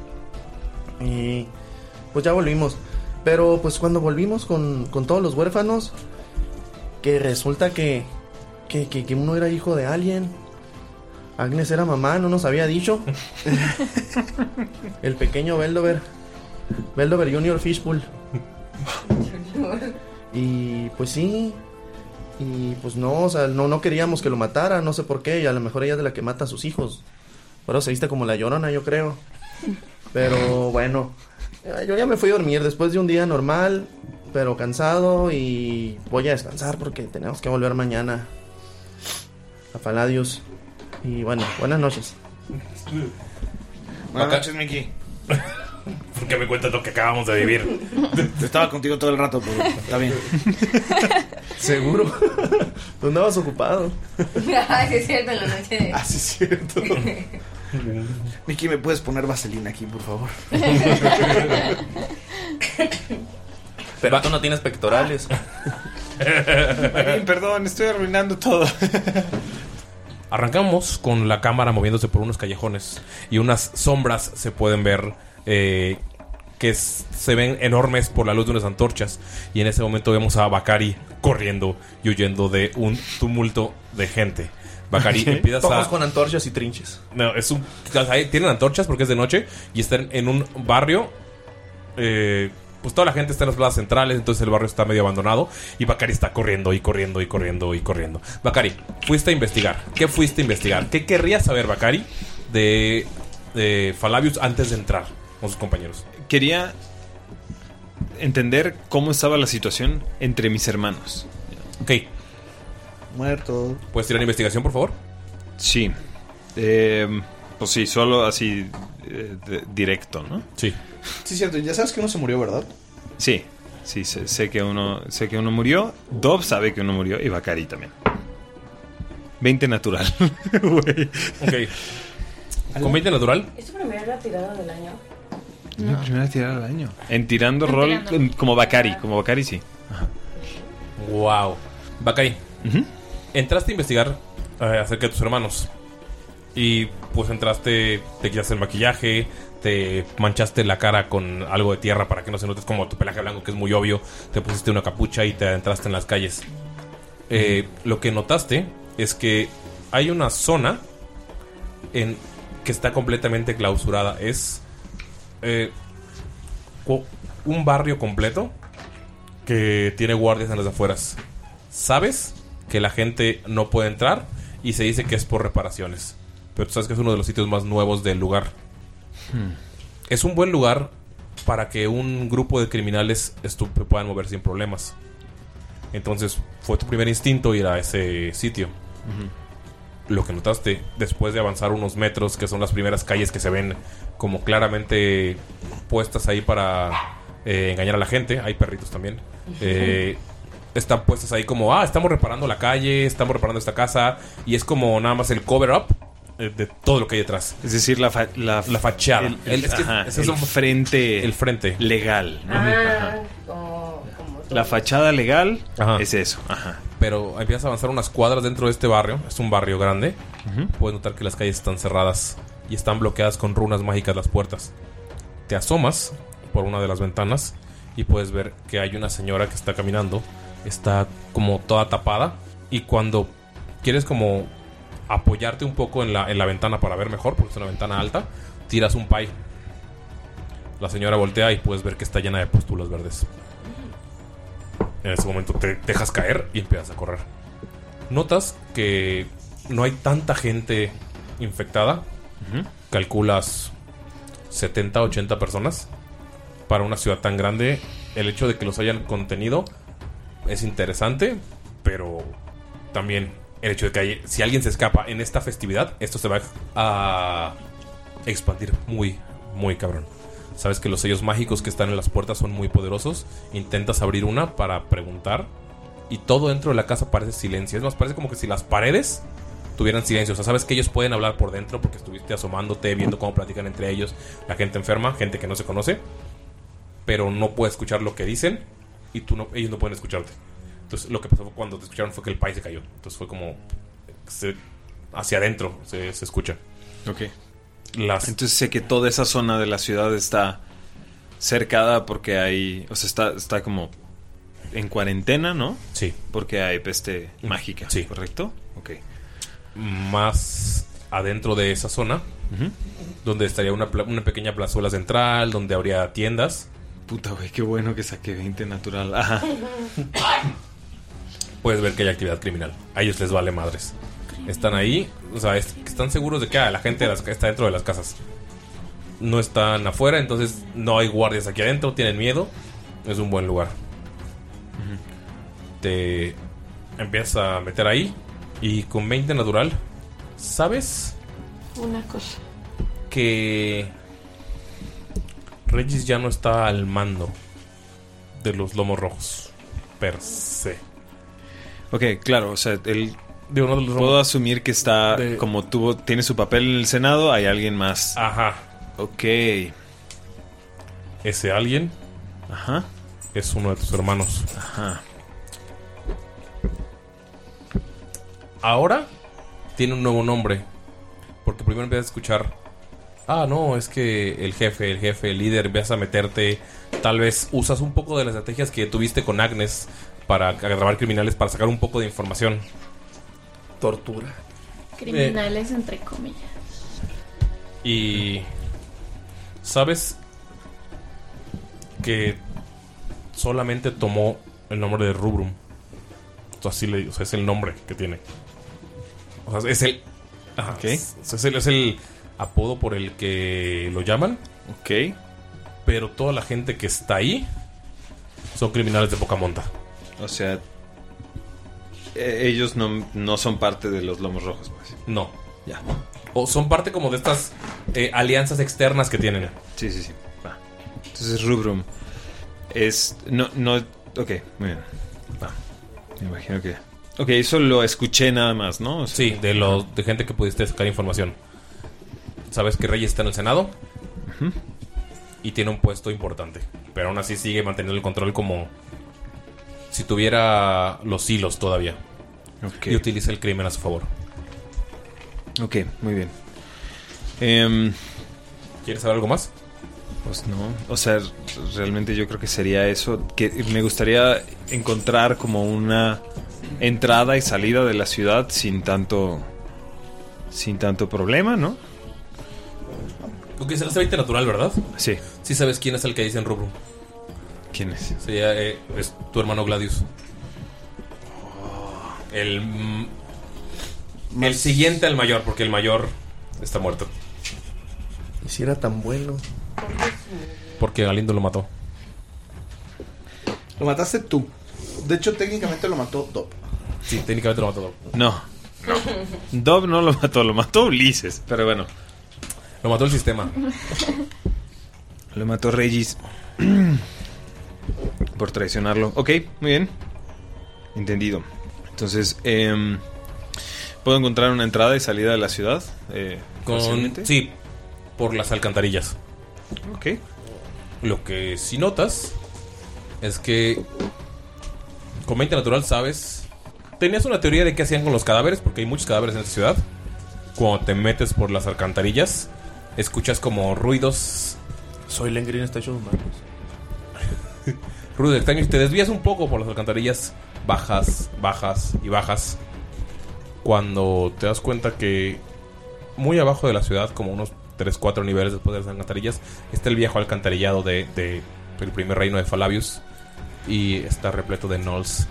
Y pues ya volvimos. Pero pues cuando volvimos con, con todos los huérfanos, que resulta que, que, que, que uno era hijo de alguien. Agnes era mamá, no nos había dicho. El pequeño Beldover. Beldover Junior Fishpool. Y pues sí. Y pues no, o sea, no, no queríamos que lo matara, no sé por qué. Y a lo mejor ella es de la que mata a sus hijos. Pero se viste como la Llorona, yo creo. Pero bueno, yo ya me fui a dormir después de un día normal, pero cansado. Y voy a descansar porque tenemos que volver mañana a Palladius. Y bueno, buenas noches. Buenas noches, Miki. ¿Por qué me cuentas lo que acabamos de vivir? Estaba contigo todo el rato, pero está bien. Seguro. Tú andabas ocupado. Ah, sí es cierto, en la noche de... Ah, sí es cierto. Miki, ¿me puedes poner vaselina aquí, por favor? Pero tú no tienes pectorales. Ay, perdón, estoy arruinando todo. Arrancamos con la cámara moviéndose por unos callejones y unas sombras se pueden ver eh, que s- se ven enormes por la luz de unas antorchas. Y en ese momento vemos a Bacari corriendo y huyendo de un tumulto de gente. Bacari, Okay. empiezas Todos a... con antorchas y trinches. No, es un... o sea, ahí tienen antorchas porque es de noche y están en un barrio... Eh, pues toda la gente está en las plazas centrales, entonces el barrio está medio abandonado y Bacari está corriendo y corriendo y corriendo y corriendo. Bacari, fuiste a investigar. ¿Qué fuiste a investigar? ¿Qué querrías saber, Bacari, de, de Falabius antes de entrar con sus compañeros. Quería entender cómo estaba la situación entre mis hermanos. Ok. Muerto. ¿Puedes tirar investigación, por favor? Sí. Eh, pues sí, solo así eh, de- directo, ¿no? Sí. Sí, cierto. Ya sabes que uno se murió, ¿verdad? Sí. Sí, sé, sé que uno sé que uno murió. Dov sabe que uno murió y Bakari también. veinte natural. Güey. Ok. ¿Con veinte natural? ¿Es tu primera tirada del año? Mi primera tirada del año. En tirando En rol tirando. em, como Bakari, como Bakari sí. Ajá. Wow. Bakari, entraste a investigar eh, acerca de tus hermanos. Y pues entraste, te quitaste el maquillaje, te manchaste la cara con algo de tierra para que no se notes como tu pelaje blanco, que es muy obvio. Te pusiste una capucha y te adentraste en las calles. Eh, lo que notaste es que hay una zona en que está completamente clausurada. Es eh, co- un barrio completo que tiene guardias en las afueras. Sabes que la gente no puede entrar y se dice que es por reparaciones, pero tú sabes que es uno de los sitios más nuevos del lugar. Hmm. Es un buen lugar para que un grupo de criminales estu- puedan mover sin problemas. Entonces fue tu primer instinto ir a ese sitio. Lo que notaste después de avanzar unos metros, que son las primeras calles que se ven como claramente puestas ahí para eh, engañar a la gente. Hay perritos también. Eh, están puestas ahí como, ah, estamos reparando la calle, estamos reparando esta casa. Y es como nada más el cover up eh, de todo lo que hay detrás. Es decir, la, fa- la, la fachada. El, El- es que ajá, ese es el un- frente. el frente legal, ¿no? Ah, como, como La fachada legal Ajá. es eso. Ajá. Pero empiezas a avanzar unas cuadras dentro de este barrio. Es un barrio grande. Ujú. Puedes notar que las calles están cerradas y están bloqueadas con runas mágicas las puertas. Te asomas por una de las ventanas y puedes ver que hay una señora que está caminando. Está como toda tapada. Y cuando quieres como apoyarte un poco en la, en la ventana para ver mejor, porque es una ventana alta, tiras un pie. La señora voltea y puedes ver que está llena de pústulas verdes. En ese momento te dejas caer y empiezas a correr. Notas que no hay tanta gente infectada. Ujú. Calculas setenta, ochenta personas. Para una ciudad tan grande, el hecho de que los hayan contenido es interesante, pero también el hecho de que hay- si alguien se escapa en esta festividad, esto se va a expandir muy, muy cabrón. Sabes que los sellos mágicos que están en las puertas son muy poderosos. Intentas abrir una para preguntar y todo dentro de la casa parece silencio. Es más, parece como que si las paredes tuvieran silencio. O sea, sabes que ellos pueden hablar por dentro porque estuviste asomándote, viendo cómo platican entre ellos. La gente enferma, gente que no se conoce, pero no puedes escuchar lo que dicen y tú no, ellos no pueden escucharte. Entonces lo que pasó fue cuando te escucharon fue que el país se cayó. Entonces fue como se- hacia adentro se, se escucha. Ok. Las... Entonces sé que toda esa zona de la ciudad está cercada porque hay, o sea, está, está como en cuarentena, ¿no? Sí. Porque hay peste mágica, Sí. ¿correcto? Ok. Más adentro de esa zona, Ujú. donde estaría una, pla- una pequeña plazuela central, donde habría tiendas. Puta, güey, qué bueno que saqué veinte natural. Ajá. Puedes ver que hay actividad criminal. A ellos les vale madres. Están ahí, o sea, es- están seguros de que ah, la gente de las- está dentro de las casas. No están afuera, entonces no hay guardias aquí adentro, tienen miedo. Es un buen lugar. Te empiezas a meter ahí y con veinte natural, ¿sabes Una cosa. que Regis ya no está al mando de los lomos rojos per se? Ok, claro, o sea, él... De uno de los Puedo lomos- asumir que está, de- como tuvo, tiene su papel en el Senado, hay alguien más. Ajá. Ok. Ese alguien Ajá. es uno de tus hermanos. Ajá. Ahora tiene un nuevo nombre. Porque primero empiezas a escuchar, ah, no, es que el jefe, el jefe, el líder, empiezas a meterte. Tal vez usas un poco de las estrategias que tuviste con Agnes para agarrar criminales, para sacar un poco de información. Tortura. Criminales entre comillas. Y sabes que solamente tomó el nombre de Rubrum. O sea, así le, o sea, es el nombre que tiene. O sea, es el. Ajá, Ok. es, es el, es el apodo por el que lo llaman. Ok. Pero toda la gente que está ahí son criminales de poca monta. O sea, eh, ellos no, no son parte de los Lomos Rojos, pues. No. Ya. O son parte como de estas eh, alianzas externas que tienen. Sí, sí, sí. Va. Entonces Rubrum es... No, no... Ok, muy bien. Va. Me imagino que... Ok, eso lo escuché nada más, ¿no? O sea, sí, de, lo, de gente que pudiste sacar información. Sabes que Reyes está en el Senado. Uh-huh. Y tiene un puesto importante. Pero aún así sigue manteniendo el control como si tuviera los hilos todavía. Okay. Y utiliza el crimen a su favor. Ok, muy bien. Eh, ¿Quieres saber algo más? Pues no. O sea, realmente yo creo que sería eso. Que me gustaría encontrar como una entrada y salida de la ciudad sin tanto... Sin tanto problema, ¿no? Ok, será veinte natural, ¿verdad? Sí. Sí sabes quién es el que dice en Rubrum. ¿Quién es? Sería, eh, es tu hermano Gladius. El... mm, El siguiente al mayor, porque el mayor está muerto. ¿Y si era tan bueno? Porque Galindo lo mató. Lo mataste tú. De hecho, técnicamente lo mató Dob. Sí, técnicamente lo mató Dob. No, no. Dob no lo mató, lo mató Ulises. Pero bueno. Lo mató el sistema. Lo mató Regis. Por traicionarlo. Ok, muy bien. Entendido. Entonces, eh, ¿puedo encontrar una entrada y salida de la ciudad? Eh, Con, fácilmente? sí, por las alcantarillas. Ok. Lo que sí notas es que con veinte natural sabes. Tenías una teoría de qué hacían con los cadáveres, porque hay muchos cadáveres en esta ciudad. Cuando te metes por las alcantarillas, escuchas como ruidos. Soy Lengrin, está hecho de manos. Ruidos extraños. Y te desvías un poco por las alcantarillas. Bajas, bajas y bajas. Cuando te das cuenta que muy abajo de la ciudad, como unos tres cuatro niveles después de las alcantarillas, está el viejo alcantarillado de, de el primer reino de Falabius. Y está repleto de gnolls.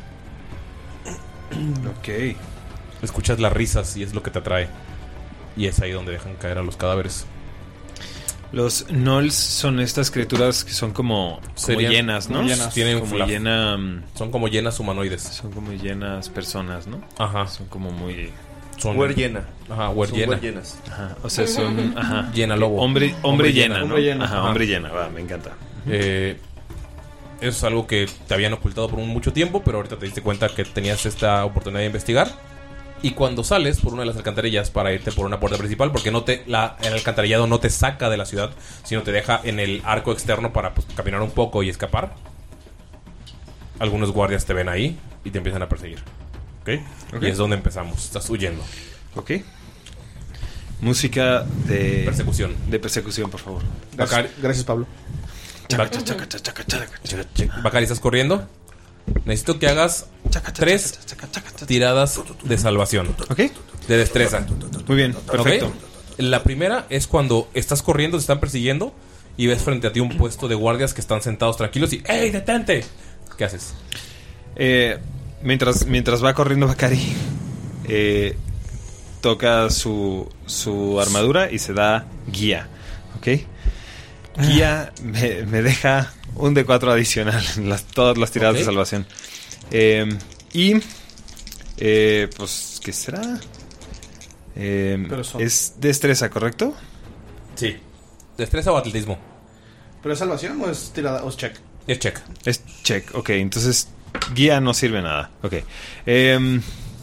Ok. Escuchas las risas y es lo que te atrae. Y es ahí donde dejan caer a los cadáveres. Los gnolls son estas criaturas que son como, como Serían- llenas, ¿no? como llenas. Tienen como la- llena, mm, Son como llenas humanoides. son como llenas personas, ¿no? Ajá. Son como muy... Son Wer llena. Ajá, wer Son llena. wer llenas. Ajá, o sea, son... Ajá. Llena lobo. Hombre, hombre, Hombre llena, llena, ¿no? hombre llena. Ajá, Ajá. hombre llena, va, me encanta. Eh, eso es algo que te habían ocultado por un mucho tiempo, pero ahorita te diste cuenta que tenías esta oportunidad de investigar. Y cuando sales por una de las alcantarillas para irte por una puerta principal, porque no te la, el alcantarillado no te saca de la ciudad, sino te deja en el arco externo para pues, caminar un poco y escapar. Algunos guardias te ven ahí y te empiezan a perseguir. ¿Ok? Ok. Y es donde empezamos. Estás huyendo. Ok. Música de... Persecución. De persecución, por favor. Gracias, Bacari- gracias, Pablo. Chaca, chaca, chaca, chaca, chaca, chaca. Bacari, ¿estás corriendo? Necesito que hagas tres tiradas de salvación. Ok. De destreza. Muy bien, perfecto. ¿Ok? La primera es cuando estás corriendo, te están persiguiendo y ves frente a ti un puesto de guardias que están sentados tranquilos y ¡ey, detente! ¿Qué haces? Eh, mientras, mientras va corriendo Bakari, eh, toca su, su armadura y se da guía. ¿Ok? Guía me, me deja un D cuatro adicional en las, todas las tiradas Ok. de salvación. Eh, y... Eh, pues, ¿qué será? Eh, Pero son- es destreza, ¿correcto? Sí. ¿Destreza o atletismo? ¿Pero es salvación o es tirada o es check? Es check. Es check, ok. Entonces, guía no sirve nada. Ok. Eh,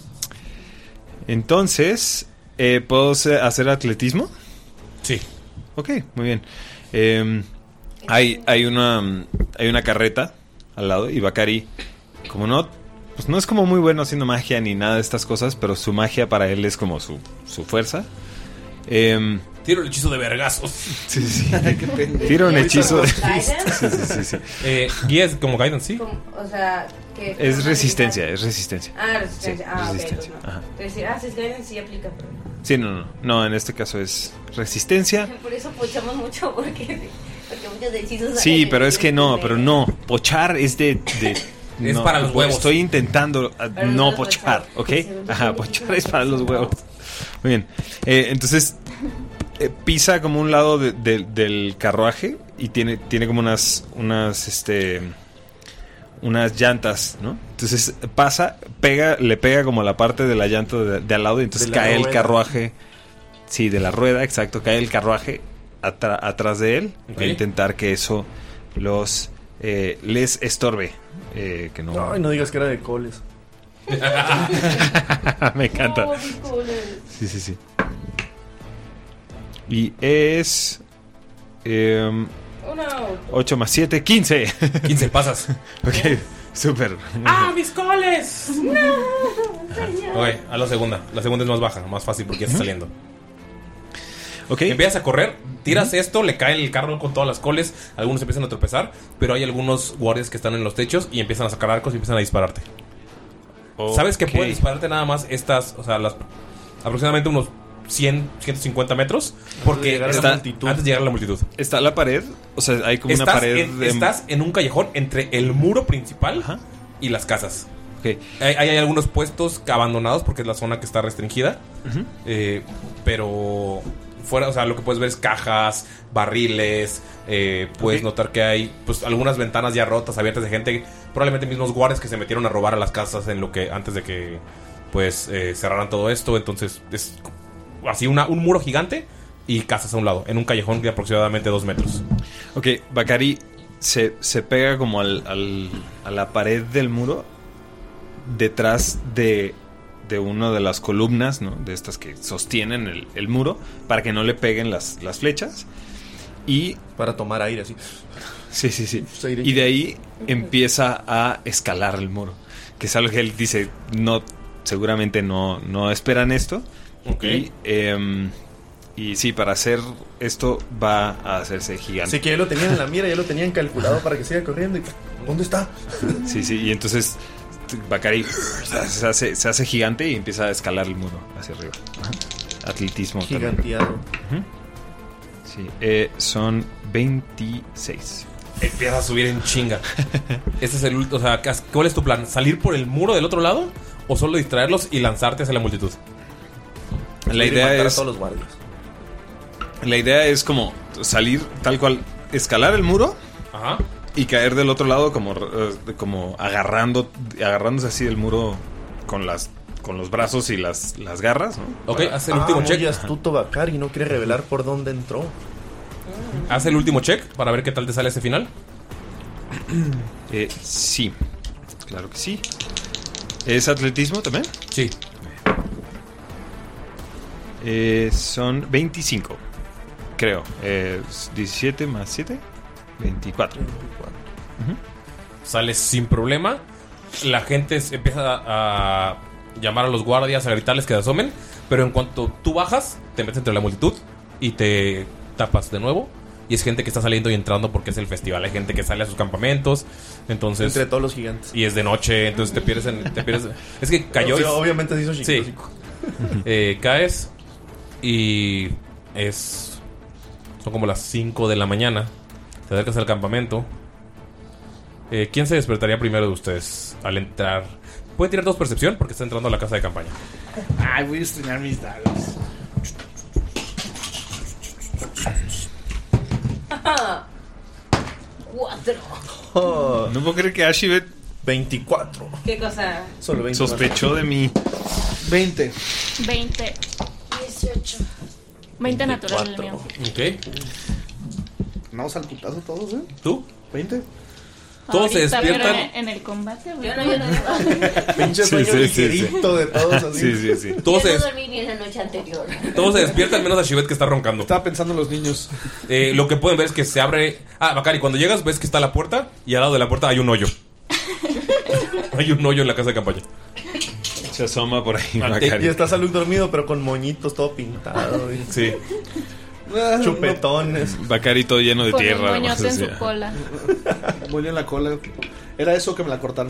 entonces, eh, ¿puedo se- hacer atletismo? Sí. Ok, muy bien. Eh, hay, hay, una, hay una carreta al lado y Bakari, como no, pues no es como muy bueno haciendo magia ni nada de estas cosas, pero su magia para él es como su, su fuerza. Eh, Tiro el hechizo de vergazos. sí, sí. Qué pendejo. Tira un hechizo de... ¿Guidance? Sí, sí, sí, sí. Eh, guía es como guidance, ¿sí? Como- O sea, que... Es resistencia, es resistencia. Ah, resistencia. Sí, ah, resistencia. ok. Ajá. Es decir, ah, si es guidance sí aplica, pero... Sí, no, no. No, en este caso es resistencia. Por eso pochamos mucho, porque... Porque muchos hechizos... Sí, pero es que no, pero no. Pochar es de... de Es no, para los huevos. Estoy intentando uh, Para no los pochar, pochar. ¿ok? Ajá, pochar es para los huevos. Muy bien. Eh, entonces, eh, pisa como un lado de, de, del carruaje y tiene, tiene como unas, unas, este, unas llantas, ¿no? Entonces pasa, pega, le pega como a la parte de la llanta de, de al lado y entonces cae el carruaje. Sí, de la rueda, exacto, cae el carruaje atra- atrás de él. Okay. Para intentar que eso los eh, les estorbe. Eh, que no... Ay, no digas que era de coles. Me encanta. Sí, sí, sí. Y es eh, ocho más siete, quince. quince, pasas. Ok, súper. ¡Ah, mis coles! ¡No! Ok, a la segunda. La segunda es más baja, más fácil porque ya está saliendo. Ok. Empiezas a correr, tiras uh-huh. esto, le cae el carro con todas las coles. Algunos empiezan a tropezar, pero hay algunos guardias que están en los techos y empiezan a sacar arcos y empiezan a dispararte. Okay. Sabes que pueden dispararte nada más estas, o sea, las aproximadamente unos cien, ciento cincuenta metros. Porque antes de, está, la multitud. antes de llegar a la multitud. ¿Está la pared? O sea, hay como estás una pared. En, de... Estás en un callejón entre el muro principal uh-huh. y las casas. Okay. Hay, hay algunos puestos abandonados porque es la zona que está restringida. Uh-huh. Eh, pero fuera, o sea, lo que puedes ver es cajas, barriles. Eh, puedes okay. notar que hay pues algunas ventanas ya rotas, abiertas de gente. Probablemente mismos guardias que se metieron a robar a las casas en lo que antes de que pues eh, cerraran todo esto. Entonces es así una, un muro gigante y casas a un lado, en un callejón de aproximadamente dos metros. Ok, Bakari se, se pega como al, al, a la pared del muro detrás de, de una de las columnas, ¿no? De estas que sostienen el, el muro para que no le peguen las, las flechas. Y para tomar aire así. Sí, sí, sí. Y de ahí empieza a escalar el muro, que es algo que él dice, no, seguramente no, no esperan esto. Okay. Y, eh, y sí, para hacer esto va a hacerse gigante. Sí, que ya lo tenían en la mira, ya lo tenían calculado para que siga corriendo. Y, ¿dónde está? Sí, sí, y entonces Bakari se hace, se hace gigante y empieza a escalar el muro hacia arriba. Ajá. Atletismo. Giganteado. Uh-huh. Sí, eh, son veintiséis. Empieza a subir en chinga. Este es el último. O sea, ¿cuál es tu plan? ¿Salir por el muro del otro lado? ¿O solo distraerlos y lanzarte hacia la multitud? La idea es. A todos los guardias. La idea es como salir tal cual, escalar el muro. Ajá. Y caer del otro lado como, como agarrando, agarrándose así del muro con las con los brazos y las, las garras, ¿no? Ok, haz el ah, último check. Muy astuto Bakari, no quiere revelar por dónde entró. Haz el último check para ver qué tal te sale ese final. Eh, sí, claro que sí. ¿Es atletismo también? Sí. Eh, son veinticinco, creo. Eh, diecisiete más siete, veinticuatro. veinticuatro. Uh-huh. Sales sin problema. La gente empieza a llamar a los guardias, a gritarles que se asomen. Pero en cuanto tú bajas, te metes entre la multitud y te tapas de nuevo. Y es gente que está saliendo y entrando porque es el festival. Hay gente que sale a sus campamentos. Entonces, entre todos los gigantes. Y es de noche, entonces te pierdes en, te pierdes. Es que cayó. O sea, y, obviamente se hizo chiquito. Sí. eh, caes y es. Son como las cinco de la mañana. Te acercas al campamento. Eh, ¿Quién se despertaría primero de ustedes al entrar? Pueden tirar dos percepción porque está entrando a la casa de campaña. Ay, voy a estrenar mis dados. Cuatro. Oh, no puedo creer que Ashibet veinticuatro. ¿Qué cosa? Solo veinte. Sospechó de mí. veinte. veinte. dieciocho. veinte natural el mío. Ok. Vamos al putazo todos, ¿eh? ¿Tú? veinte. Todos se Ahorita, despiertan. pero en, en el combate, güey. Yo no, yo no. Pinche Sí, sueño sí, ligerito sí, de todos así. Sí, sí, sí. Todos Yo se, no des- dormí bien la noche anterior. todos se despiertan menos a Shivet que está roncando. Estaba pensando en los niños. Eh, lo que pueden ver es que se abre. Ah, Bakari, cuando llegas ves que está la puerta y al lado de la puerta hay un hoyo. Hay un hoyo en la casa de campaña. Se asoma por ahí. Ah, Bakari. Y está Salud dormido, pero con moñitos todo pintado. Y Sí. chupetones. Bakari todo lleno de Con tierra. un moñote además, en o sea. su cola. Moño en la cola. Era eso que me la cortaron.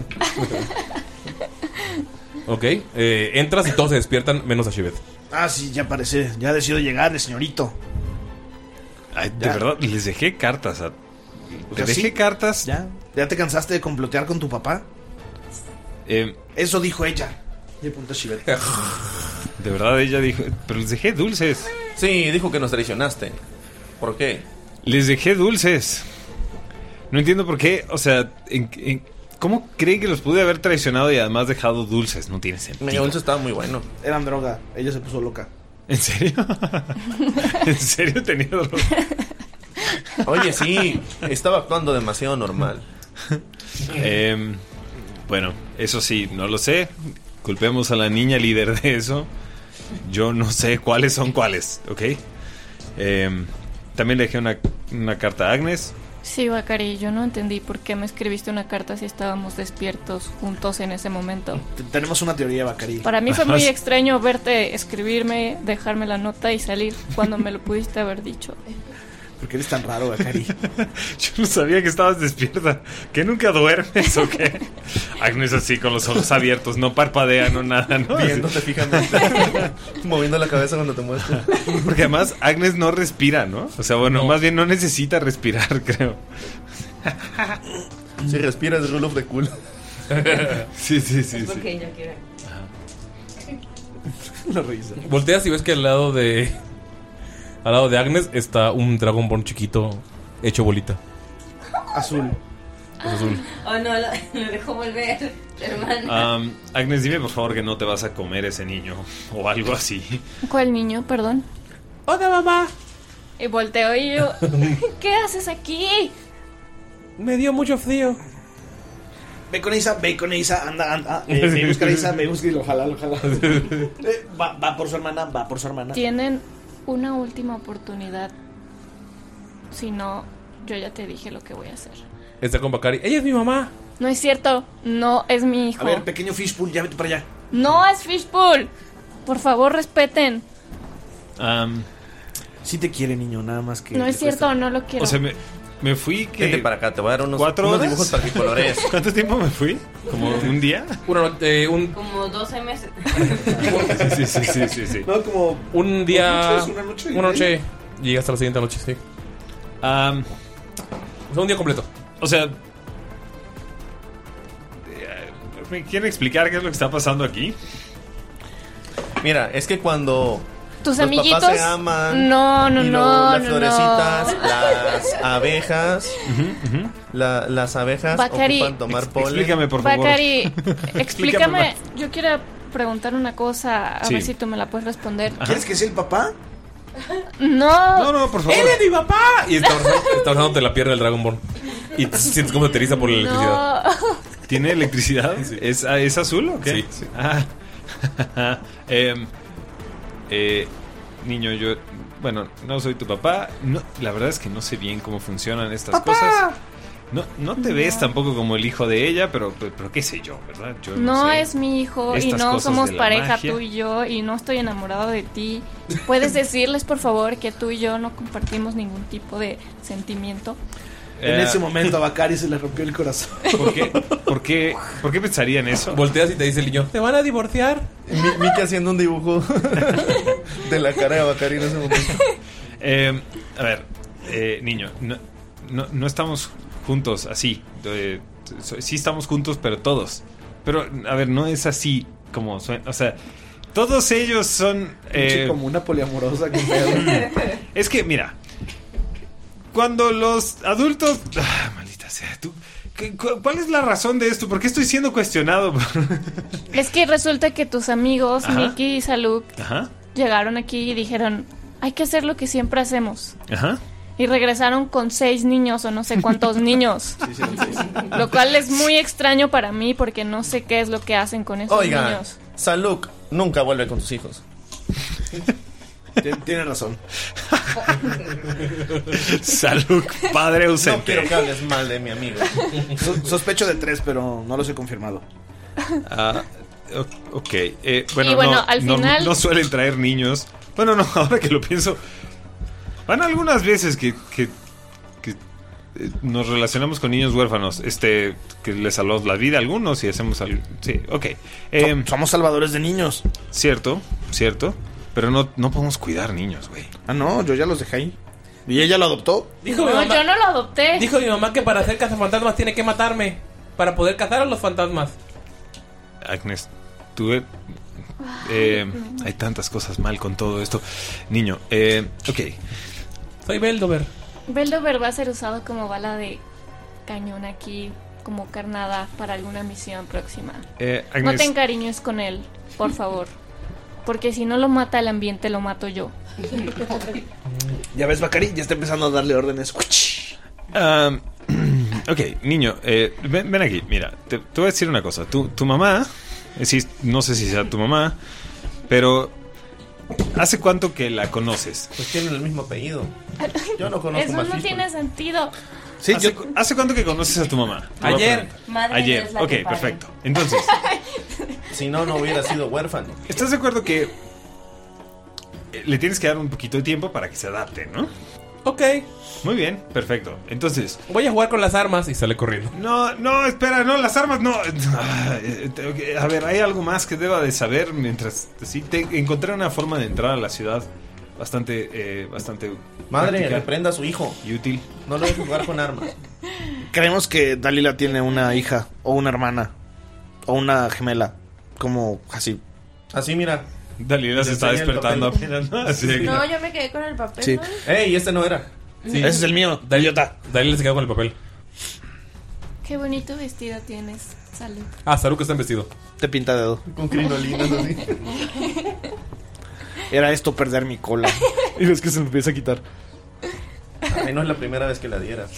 Ok. Eh, entras y todos se despiertan menos a Shivet. Ah, sí, ya parece. Ya decido llegar, el señorito. Ay, de Ya. verdad, les dejé cartas. A... Pero Les dejé sí. cartas. ¿Ya? ¿Ya te cansaste de complotear con tu papá? Eh, Eso dijo ella. Y apunta a Shivet. de verdad, ella dijo. Pero les dejé dulces. Sí, dijo que nos traicionaste. ¿Por qué? Les dejé dulces. No entiendo por qué. O sea, en, en, ¿cómo creen que los pude haber traicionado y además dejado dulces? No tiene sentido. Mi dulce estaba muy bueno. Eran droga. Ella se puso loca. ¿En serio? ¿En serio tenía dolor? Oye, sí. Estaba actuando demasiado normal. eh, bueno, eso sí, no lo sé. Culpemos a la niña líder de eso. Yo no sé cuáles son cuáles, ¿ok? Eh, también le dejé una, una carta a Agnes. Sí, Bacari, yo no entendí por qué me escribiste una carta si estábamos despiertos juntos en ese momento. T- Tenemos una teoría, Bacari. Para mí fue muy extraño verte escribirme, dejarme la nota y salir cuando me lo pudiste haber dicho. ¿Por qué eres tan raro, Bacari? Yo no sabía que estabas despierta. ¿Que nunca duermes o qué? Agnes así con los ojos abiertos, no parpadea, no nada, ¿no? Viéndote fijamente. Moviendo la cabeza cuando te muestras. Porque además Agnes no respira, ¿no? O sea, bueno, no. Más bien no necesita respirar, creo. Si respiras es rule of the cool. Sí, sí, sí, sí. Ok, yo quiero. Una risa. Volteas y ves que al lado de al lado de Agnes está un Dragonborn chiquito hecho bolita. Azul. Es azul. Oh, no, lo, lo dejó volver, hermana. Um, Agnes, dime por favor que no te vas a comer ese niño o algo así. ¿Cuál niño? Perdón. ¡Hola, mamá! Y volteo y yo, ¿qué haces aquí? Me dio mucho frío. Ve con Isa, ve con Isa, anda, anda. Eh, me busca a Isa, me busca y lo jala, lo jala. Eh, va, va por su hermana, va por su hermana. Tienen una última oportunidad. Si no, yo ya te dije lo que voy a hacer. Está con Bacari. ¡Ella es mi mamá! No es cierto, no es mi hijo. A ver, pequeño Fishpool, ya vete para allá. No es Fishpool. Por favor, respeten. Um, sí te quiere, niño, nada más que... No es cierto, no lo quiero. O sea, me, me fui que... Vente para acá, te voy a dar unos, ¿Cuatro unos horas? dibujos para que colorees. ¿Cuánto tiempo me fui? ¿Como un día? Uno, eh, un, Como doce meses. Sí, sí, sí, sí, sí. No, como... un día... noches, una noche y Una media. noche. Y hasta la siguiente noche, sí. Um, O sea, un día completo. o sea... ¿Me quieren explicar qué es lo que está pasando aquí? Mira, es que cuando Tus los amiguitos. papás se aman, No, no, y luego no, las no, florecitas, no. las abejas, la- las abejas Bacari, ocupan tomar Ex- polen. Explícame, por favor. Bacari, explícame. más. Yo quiero preguntar una cosa, a Sí. ver si tú me la puedes responder. ¿Quieres que sea el papá? No. No, no, por favor. ¡Él es mi papá! Y está abrazando- está abrazándote la pierna del Dragonborn. Y te sientes como te eriza por la electricidad. No. ¿Tiene electricidad? ¿Es, ¿Es azul o qué? Sí. Ah. Em, eh, niño, yo... Bueno, no soy tu papá. No, la verdad es que no sé bien cómo funcionan estas ¡Papá! cosas. No, no te ves tampoco como el hijo de ella, pero, pero, pero qué sé yo, ¿verdad? Yo no, No sé. es mi hijo y Estas no cosas somos de la pareja magia. tú y yo y no estoy enamorado de ti. ¿Puedes decirles por favor que tú y yo no compartimos ningún tipo de sentimiento? En Eh, ese momento a Bacari se le rompió el corazón. ¿Por qué? ¿Por qué, ¿Por qué pensarían eso? Volteas y te dice el niño, ¿te van a divorciar? Mi- Miki haciendo un dibujo de la cara de Bacari en ese momento. Eh, a ver, eh, niño, no, no, no estamos juntos así. Eh, so- sí estamos juntos, pero todos. Pero, a ver, no es así como suena. O sea, todos ellos son... Pinche eh, como una poliamorosa que pedo. es que, mira, cuando los adultos... Ah, maldita sea, tú... ¿qué- cu- ¿Cuál es la razón de esto? ¿Por qué estoy siendo cuestionado? Es que resulta que tus amigos, Ajá. Mickey y Saluk, Ajá, llegaron aquí y dijeron, hay que hacer lo que siempre hacemos. ajá. Y regresaron con seis niños o no sé cuántos niños. Lo cual es muy extraño para mí porque no sé qué es lo que hacen con esos Oiga, niños. Saluk nunca vuelve con sus hijos. Tien- Tiene razón. Salud, padre ausente. No quiero que hables mal de mi amigo. So- sospecho de tres, pero no los he confirmado. Ah, o- ok. Eh, bueno, Y bueno, no, al no- final- no suelen traer niños. Bueno, no, ahora que lo pienso. Van algunas veces que, que, que, eh, nos relacionamos con niños huérfanos. Este, que les salvamos la vida a algunos y hacemos algo. Sí, ok. Eh, So- Somos salvadores de niños. cierto, cierto. Pero no, no podemos cuidar niños, güey. Ah, no, yo ya los dejé ahí. ¿Y ella lo adoptó? Dijo mi No, mamá, yo no lo adopté. dijo mi mamá que para hacer cazafantasmas tiene que matarme. Para poder cazar a los fantasmas. Agnes, tú... eh, Eh, hay tantas cosas mal con todo esto. Niño, eh, ok. Soy Beldover. Beldover va a ser usado como bala de cañón aquí, como carnada para alguna misión próxima. Eh, Agnes, No te encariñes con él, por favor. Porque si no lo mata el ambiente, lo mato yo. Ya ves, Bacari, ya está empezando a darle órdenes. Um, ok, niño, eh, ven, ven aquí. Mira, te, te voy a decir una cosa. Tu, tu mamá, eh, sí, no sé si sea tu mamá, pero ¿hace cuánto que la conoces? Pues tienen el mismo apellido. Yo no conozco Eso más no Fishman. tiene sentido. Sí, ¿Hace, yo... ¿Hace cuánto que conoces a tu mamá? Ayer. Madre Ayer, es la ok, que pare. perfecto. Entonces, Si no, no hubiera sido huérfano. ¿estás de acuerdo que eh, le tienes que dar un poquito de tiempo para que se adapte, ¿no? Ok. Muy bien, perfecto. Entonces, voy a jugar con las armas y sale corriendo. No, no, espera, no, las armas no. Ah, eh, eh, A ver, hay algo más que deba de saber mientras sí te encontré una forma de entrar a la ciudad bastante eh, bastante Madre, práctica reprenda a su hijo. y útil. No lo dejes jugar con armas. Creemos que Dalila tiene una hija, o una hermana, o una gemela, como así. Así, mira. Dalila se está despertando apenas, ¿no? Así de que- No, yo me quedé con el papel. Sí. ¿no? Ey, este no era. Sí. Ese es el mío, Dalila. Dalila se quedó con el papel. Qué bonito vestido tienes. Salud. Ah, Saruk está en vestido. Te pinta dedo. Con crinolinas así. Era esto perder mi cola. Y ves que se me empieza a quitar. Ay, no es la primera vez que la dieras.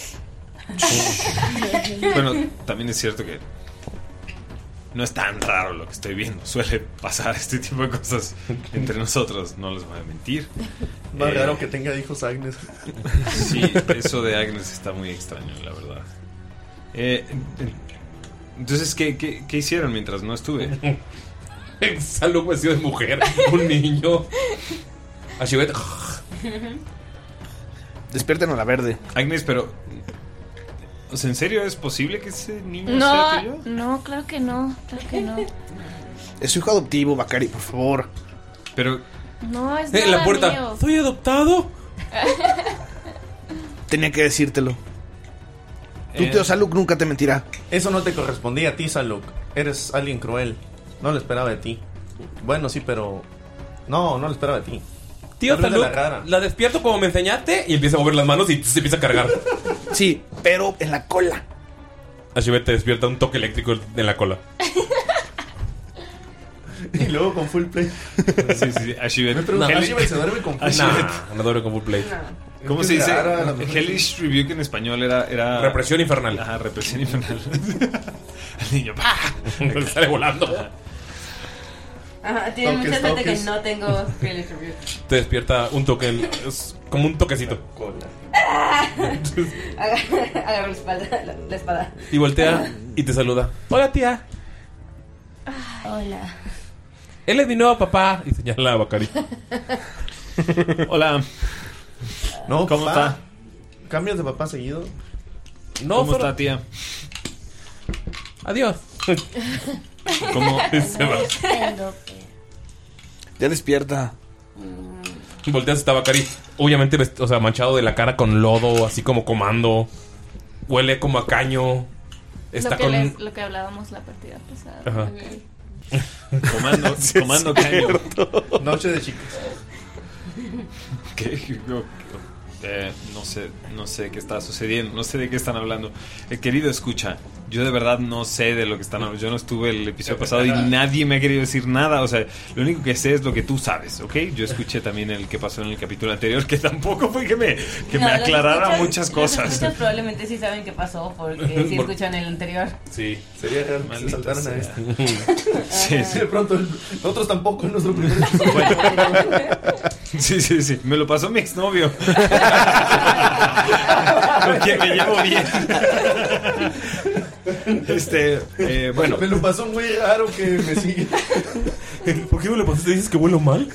Bueno, también es cierto que no es tan raro lo que estoy viendo. Suele pasar este tipo de cosas entre nosotros, no les voy a mentir. Más Eh, raro que tenga hijos Agnes. Sí, eso de Agnes está muy extraño, la verdad. Eh, entonces, ¿qué, qué, qué hicieron mientras no estuve? Saruk vestido de mujer, un niño. Ashibet. Despierten a la verde. Agnes, pero... O sea, ¿en serio es posible que ese niño sea No, tuyo? no, claro que no. Claro que no. Es su hijo adoptivo, Bacari, por favor. Pero... No, es Eh, en la nada puerta. mío. ¿Soy adoptado? Tenía que decírtelo. Tu Eh. tío Saluk nunca te mentirá. Eso no te correspondía a ti, Saluk. Eres alguien cruel. No lo esperaba de ti. Bueno, sí, pero... No, no lo esperaba de ti. Tío Tal vez de Saluk, la cara. la despierto como me enseñaste y empieza a mover las manos y se empieza a cargar. Sí, pero en la cola. Ashibet te despierta un toque eléctrico en la cola. Y luego con full play. Sí, sí, Ashibet. Me pregunto, Heli- ¿Ashibet se duerme con full Ashibet. play? No duerme con full play. ¿Cómo Es se que dice? rara la mujer. Hellish Rebuke en español era... era... Represión infernal. Ajá, represión infernal. El niño... Sale volando. Ajá, tiene Toques, mucha suerte que toques. no tengo Fearless Review. Te despierta un toque, en- es como un toquecito. Agarro la espalda, la, la espada. Y voltea y te saluda. Hola, tía. Hola. Él es mi nuevo papá. Y señala a Bacari. Hola. No, ¿Cómo papá. está? ¿Cambias de papá seguido? No, ¿Cómo solo- está, tía? Adiós. ¿Cómo? Se va. Ya despierta. Volteas, está Bacari. Obviamente, vest- o sea, manchado de la cara con lodo, así como comando. Huele como a caño. Está lo, que con. les- lo que hablábamos la partida pasada. Ajá. Comando, comando caño. Noche de chicos. ¿Qué? Eh, no sé, no sé qué está sucediendo, no sé de qué están hablando. Eh, querido escucha, yo de verdad no sé de lo que están hablando. Yo no estuve el episodio pasado y nadie me ha querido decir nada. O sea, lo único que sé es lo que tú sabes, ¿ok? Yo escuché también el que pasó en el capítulo anterior, que tampoco fue que me, que No, me los aclarara escuchas- muchas los cosas. escuchas probablemente sí saben qué pasó porque sí Por- escuchan el anterior. Sí. Sería raro que se Maldita saltaran a sea. este. Sí, sí. De pronto, el- nosotros tampoco en nuestro primer episodio. Sí, sí, sí. Me lo pasó mi exnovio. Con quien me llevo bien. Este, eh, bueno. Me lo pasó muy raro que me sigue. ¿Por qué me lo pasaste? ¿Dices que huelo mal?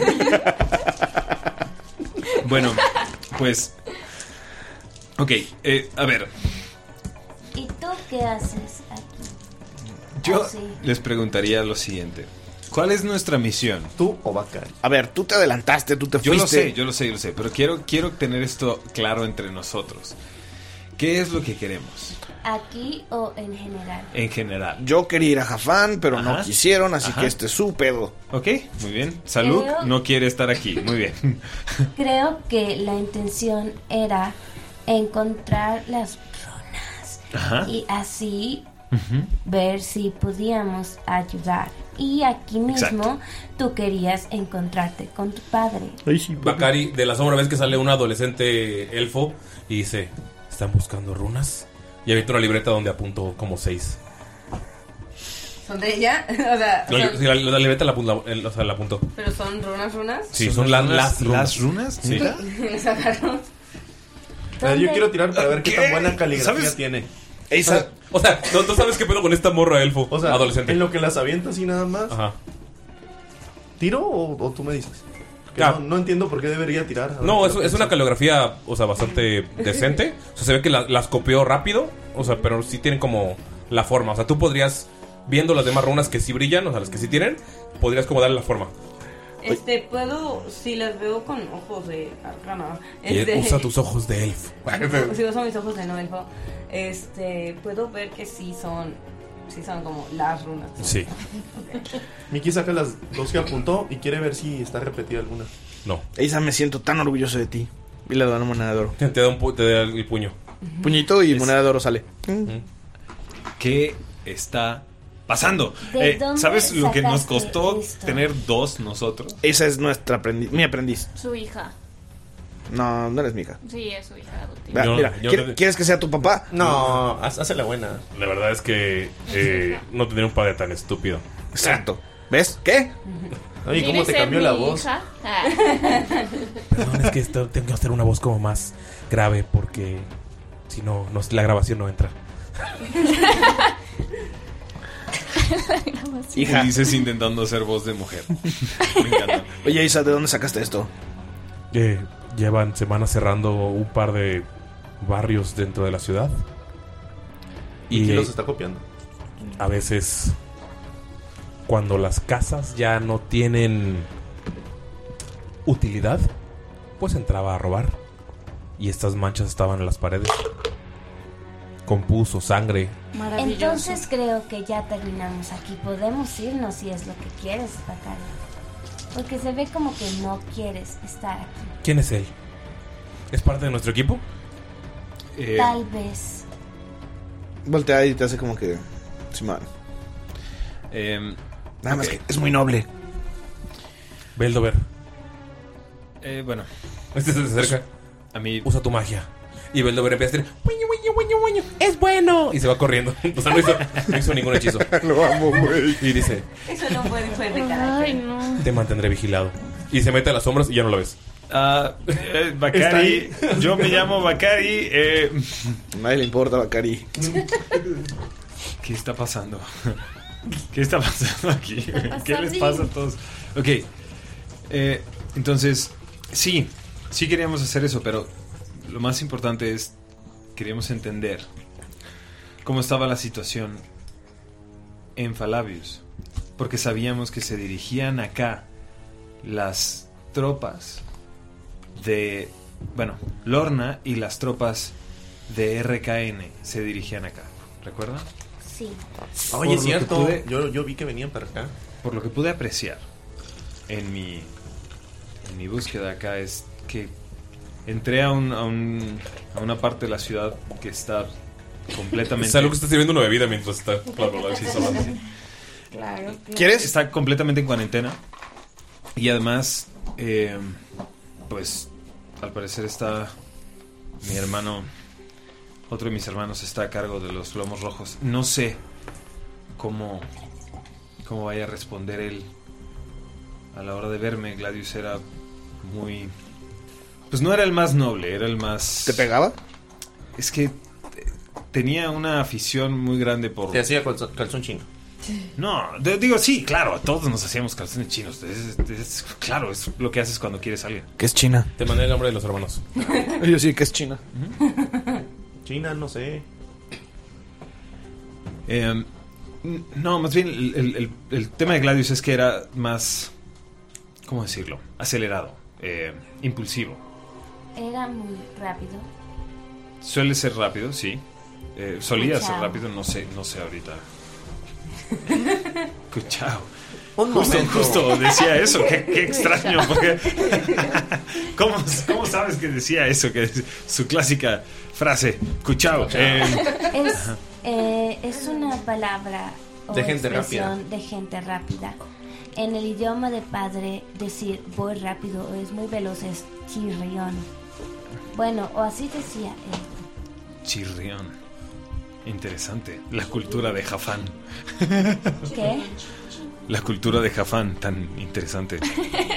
Bueno, pues. Ok, eh, a ver. ¿Y tú qué haces aquí? Yo Ah, sí. les preguntaría lo siguiente: ¿cuál es nuestra misión? ¿Tú o Bacari? A ver, tú te adelantaste, tú te Yo fuiste. lo sé, yo lo sé, yo lo sé, pero quiero, quiero tener esto claro entre nosotros. ¿Qué es lo que queremos? ¿Aquí o en general? En general. Yo quería ir a Jafán, pero Ajá. no quisieron, así Ajá. que este es su pedo. Ok, muy bien. Salud Creo- no quiere estar aquí. Muy bien. Creo que la intención era encontrar las runas Ajá. y así Ujú. ver si podíamos ayudar. Y aquí mismo Exacto. tú querías encontrarte con tu padre. Bakari, de la sombra ves que sale un adolescente elfo y dice: ¿están buscando runas? Y avienta una libreta donde apuntó como seis. ¿Son de ella? o sea, La, son- sí, la- la libreta la, apunta- el- o sea, la apuntó. ¿pero son runas, runas? Sí, son la- las runas. ¿Las runas? Sí. ¿Neta? Las agarró. A ver, yo quiero tirar para ver qué, ¿Qué? tan buena caligrafía ¿Sabes? tiene. Esa, O sea, ¿no, no sabes qué pedo con esta morra elfo? O sea, adolescente. en lo que las avientas así nada más. Ajá. ¿Tiro o, o tú me dices? Que Ah. no, no entiendo por qué debería tirar. A ver, No, es, pero es una caligrafía, o sea, bastante decente. O sea, se ve que la- las copió rápido. O sea, pero sí tienen como la forma. O sea, tú podrías, viendo las demás runas que sí brillan, o sea, las que sí tienen, podrías como darle la forma. Este, puedo, si las veo con ojos de arcana. Y Este, usa tus ojos de elfo. si uso mis ojos de no elfo, este, puedo ver que sí son, sí son como las runas. Sí. Miki saca las dos que apuntó y quiere ver si está repetida alguna. No. Isa, me siento tan orgulloso de ti. Y le da una moneda de oro. Te da, un pu- te da el puño. Puñito y Es- moneda de oro sale. ¿Qué está pasando? ¿De Eh, dónde ¿Sabes lo que nos sacaste costó esto? tener dos nosotros? Esa es nuestra aprendiz, mi aprendiz. Su hija. No, no eres mi hija. Sí, es su hija adoptiva. Mira, Yo- mira, yo ¿quiere- te- ¿quieres que sea tu papá? No, haz- hace la buena. La verdad es que eh, no tendría un padre tan estúpido. Exacto. ¿Ves? ¿Qué? Oye, ¿cómo ¿Quieres te ser cambió la mi voz? hija? Ah. Perdón, es que esto- tengo que hacer una voz como más grave porque si no, no la grabación no entra. Hija. Ulises intentando hacer voz de mujer. Me encanta. Oye, Isa, ¿de dónde sacaste esto? Eh, llevan semanas cerrando un par de barrios dentro de la ciudad. Y Y los está copiando. a veces, cuando las casas ya no tienen utilidad, pues entraba a robar. Y estas manchas estaban en las paredes. Con pus o sangre. Maravilloso. Entonces creo que ya terminamos aquí. Podemos irnos si es lo que quieres, Bakari. Porque se ve como que no quieres estar aquí. ¿Quién es él? ¿Es parte de nuestro equipo? Eh, Tal vez. Voltea y te hace como que... Simón. em, Nada más ok. que es muy noble. Beldover. eh, bueno, Este se acerca. a mí Usa tu magia. Y Beldover empieza a decir: "Guiño, guiño, guiño, guiño, es bueno". Y se va corriendo. O sea, no hizo, no hizo ningún hechizo. Lo amo, güey. Y dice: Eso no puede ser de Ay, carácter. no. te mantendré vigilado. Y se mete a las sombras y ya no lo ves. Ah, eh, Bakari, yo me llamo Bakari. Eh, A nadie le importa, Bakari. ¿Qué está pasando? ¿Qué está pasando aquí? ¿Qué les Sorry. pasa a todos? Ok, eh, entonces, sí, sí queríamos hacer eso, pero lo más importante es, queríamos entender cómo estaba la situación en Falabius, porque sabíamos que se dirigían acá las tropas de, bueno, Lorna y las tropas de R K N se dirigían acá, ¿recuerdan? Sí. Oye, Por es lo que cierto. pude- Yo, yo vi que venían para acá. Por lo que pude apreciar en mi en mi búsqueda acá es que entré a, un, a, un, a una parte de la ciudad que está completamente... Salud que está sirviendo una bebida mientras está. Bla, bla, bla, sí, solo. Claro. ¿Quieres? Está completamente en cuarentena. Y además, eh, pues, al parecer está mi hermano, otro de mis hermanos está a cargo de los lomos rojos. No sé cómo, cómo vaya a responder él a la hora de verme. Gladius era muy... Pues no era el más noble, era el más... ¿Te pegaba? Es que tenía una afición muy grande por... Te hacía calzón, calzón chino. No, de- digo, sí, claro, todos nos hacíamos calzones chinos. Es, es- es- claro, es lo que haces cuando quieres a alguien. ¿Qué es China? Te mandé el nombre de los hermanos. Yo sí, que es China. China, no sé. Eh, n- no, más bien el, el- el- el tema de Gladius es que era más, ¿cómo decirlo? Acelerado, eh, impulsivo. Era muy rápido. Suele ser rápido, sí. Eh, solía Cuchao. ser rápido, no sé, no sé ahorita. Cuchao. Un Justo, momento. justo decía eso, qué, qué extraño. Porque ¿Cómo, ¿Cómo sabes que decía eso? Que es su clásica frase, cuchao. Eh, Es, eh, es una palabra o De gente expresión rápida. de gente rápida. En el idioma de padre, decir voy rápido o es muy veloz es chirrión. Bueno, o así decía él. chirrión. Interesante. La cultura de Jafán. ¿Qué? La cultura de Jafán, tan interesante. Eh,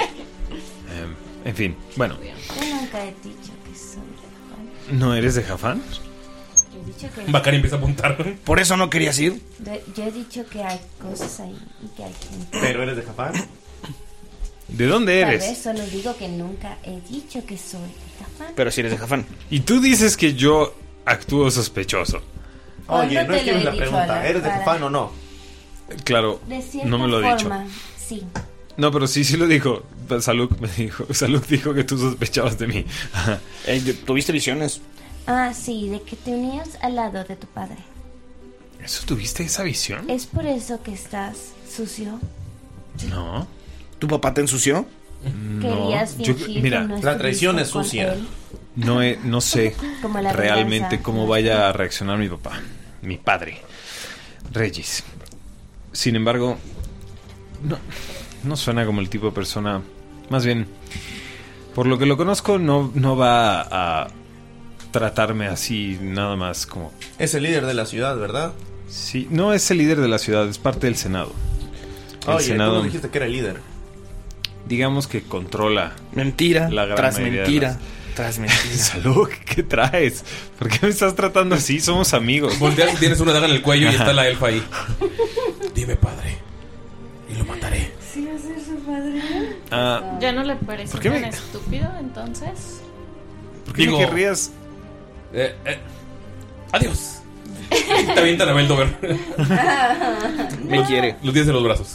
en fin, bueno. Yo nunca he dicho que soy de Juan. ¿No eres de Jafán? Yo he dicho que... Bacari empieza a apuntar. ¿Por eso no querías ir? de- Yo he dicho que hay cosas ahí y que hay gente. ¿Pero eres de Jafán? ¿De dónde Tal eres? vez solo digo que nunca he dicho que soy de Jafán. Pero si eres de Jafán. Y tú dices que yo actúo sospechoso. Oye, ¿Cuándo no te lo escribes he la dicho, pregunta. Alan? ¿Eres de Para- Jafán o no? Claro, De cierta no me lo he dicho. forma, sí. No, pero sí, sí lo dijo. Salud me dijo, Salud dijo que tú sospechabas de mí. Ajá. Eh, ¿Tuviste visiones? Ah, sí, de que te unías al lado de tu padre. ¿Eso tuviste esa visión? ¿Es por eso que estás sucio? No. ¿Tu papá te ensució? ¿Querías Yo- fingir mira, que no la traición estuviste es sucia. con él? No, he- no sé Como la realmente venganza. cómo vaya a reaccionar mi papá, mi padre, Regis. Sin embargo, no, no suena como el tipo de persona. Más bien, por lo que lo conozco, no, no va a, a tratarme así nada más como... Es el líder de la ciudad, ¿verdad? Sí, no es el líder de la ciudad, es parte del Senado. El Oye, Senado, tú nos dijiste que era el líder. digamos que controla Mentira, la gran tras mayoría de mentira, las- tras mentira. Salud, ¿qué traes? ¿Por qué me estás tratando así? Somos amigos. Volteas y tienes una daga en el cuello y Ajá. está la elfa ahí. Dime, padre. Y lo mataré. ¿Sí va a ser su padre? Ah, ¿Ya no le parece ¿Por qué tan me- estúpido entonces? ¿Por qué Digo- me querrías? Eh, eh, adiós. Te avientan a Beldover. Me quiere. Lo tienes en los brazos.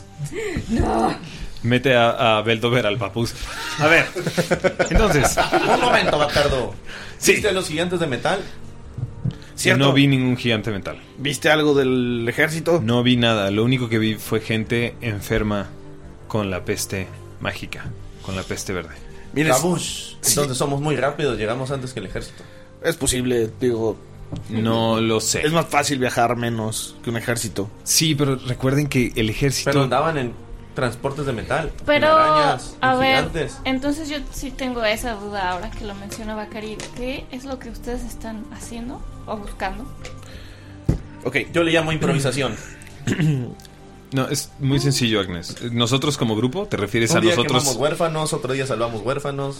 Mete a, a Beldover al papús. A ver, entonces, Un momento, Bacardo. Sí. ¿Viste a los gigantes de metal? ¿Cierto? no vi ningún gigante mental. ¿Viste algo del ejército? No vi nada. Lo único que vi fue gente enferma con la peste mágica, con la peste verde. Mira, es, Cabush. Entonces somos muy rápidos, llegamos antes que el ejército. es posible, digo. No lo sé. Es más fácil viajar menos que un ejército. Sí, pero recuerden que el ejército... Pero andaban en transportes de metal. Pero, en arañas, a en ver, gigantes. entonces yo sí tengo esa duda ahora que lo menciona Bacari. ¿Qué es lo que ustedes están haciendo o buscando? Ok, Yo le llamo improvisación. No, es muy sencillo, Agnes. Nosotros como grupo, ¿te refieres Un a día nosotros? quemamos huérfanos, otro día salvamos huérfanos.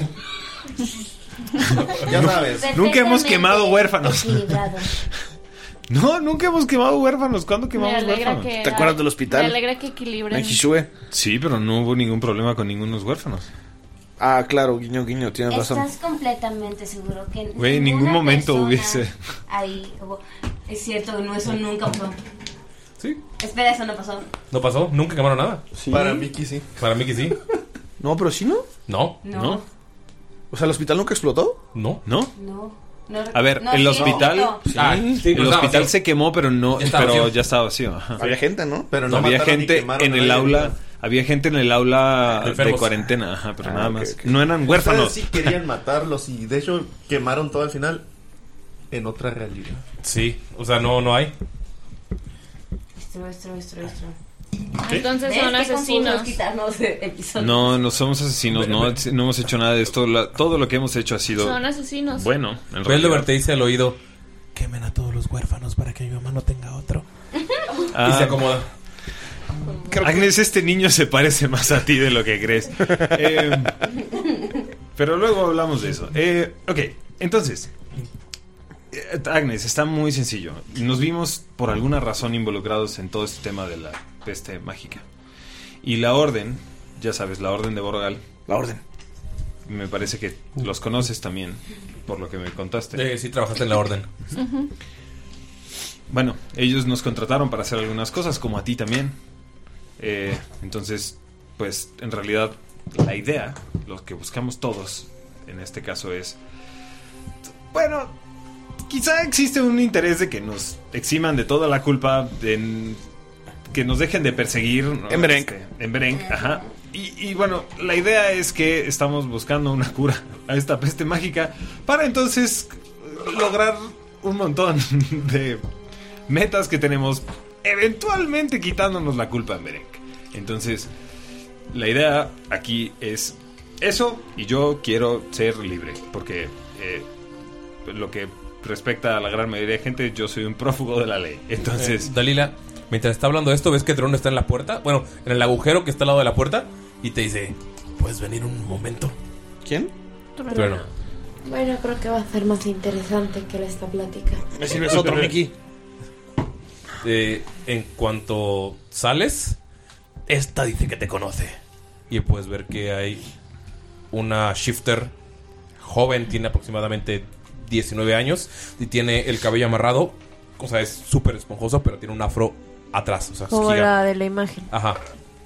Ya sabes. Nunca hemos quemado Perfectamente huérfanos. equilibrado. No, nunca hemos quemado huérfanos. ¿Cuándo Me quemamos alegra huérfanos? que ¿Te acuerdas del hospital? Me alegra que equilibren. en Hishue. Sí, pero no hubo ningún problema con ningunos huérfanos. Ah, claro, guiño, guiño, tienes razón. ¿Estás completamente seguro que Güey, en ningún ninguna momento persona hubiese- ahí hubo- Es cierto, no, eso nunca pasó. Sí. Espera, eso no pasó. No pasó. Nunca quemaron nada. Sí. Para Mickey sí. Para mí que sí. No, pero sí, ¿no? No. No. ¿No? O sea, ¿el hospital nunca explotó? No. ¿No? No. no A ver, no, el sí, hospital... no. Sí, Ah, sí, pero el estaba hospital vacío. se quemó, pero no, Ya estaba pero vacío. ya estaba vacío. Ajá. Había gente, ¿no? Pero no había mataron ni gente quemaron en a el nadie, aula, ¿verdad? había gente en el aula de Enfermos. cuarentena, ajá, pero Ah, nada ok, más. ok. No eran huérfanos. Ustedes sí querían matarlos y de hecho quemaron todo al final en otra realidad. Sí. O sea, no, no hay. Esto, esto, esto, esto. Entonces ¿Ves son qué confuso asesinos. es quitarnos de episodios? No, no somos asesinos, no, no hemos hecho nada de esto. La- todo lo que hemos hecho ha sido Son asesinos. bueno. En Beldover realidad. te dice al oído. Quemen a todos los huérfanos para que mi mamá no tenga otro. Ah, Y se acomoda. Agnes, este niño se parece más a ti de lo que crees. Eh, pero luego hablamos de eso. Eh, ok, entonces, eh, Agnes, está muy sencillo. Nos vimos por alguna razón involucrados en todo este tema de la peste mágica. Y la orden, ya sabes, la orden de Borgal, La orden. me parece que los conoces también, por lo que me contaste. Eh, sí, trabajaste en la orden. Bueno, ellos nos contrataron para hacer algunas cosas, como a ti también. Eh, entonces, pues, en realidad, la idea, lo que buscamos todos, en este caso es... Bueno, quizá existe un interés de que nos eximan de toda la culpa, de que nos dejen de perseguir, ¿no? En Berenk. Este, en Berenk, ajá. Y, y bueno, la idea es que estamos buscando una cura a esta peste mágica para entonces lograr un montón de metas que tenemos, eventualmente quitándonos la culpa en Berenk. Entonces, la idea aquí es eso, y yo quiero ser libre, porque eh, lo que respecta a la gran mayoría de gente, yo soy un prófugo de la ley. Entonces, eh, Dalila, mientras está hablando esto, ves que Trueno está en la puerta, bueno, en el agujero que está al lado de la puerta, y te dice, ¿puedes venir un momento? ¿Quién? Trueno. Bueno, creo que va a ser más interesante que esta plática. ¿Me sirves otro, Mickey? Eh, en cuanto sales, esta dice que te conoce. Y puedes ver que hay una shifter joven, tiene aproximadamente diecinueve años y tiene el cabello amarrado. O sea, es súper esponjoso, pero tiene un afro atrás. O sea, Como es la de la imagen. Ajá.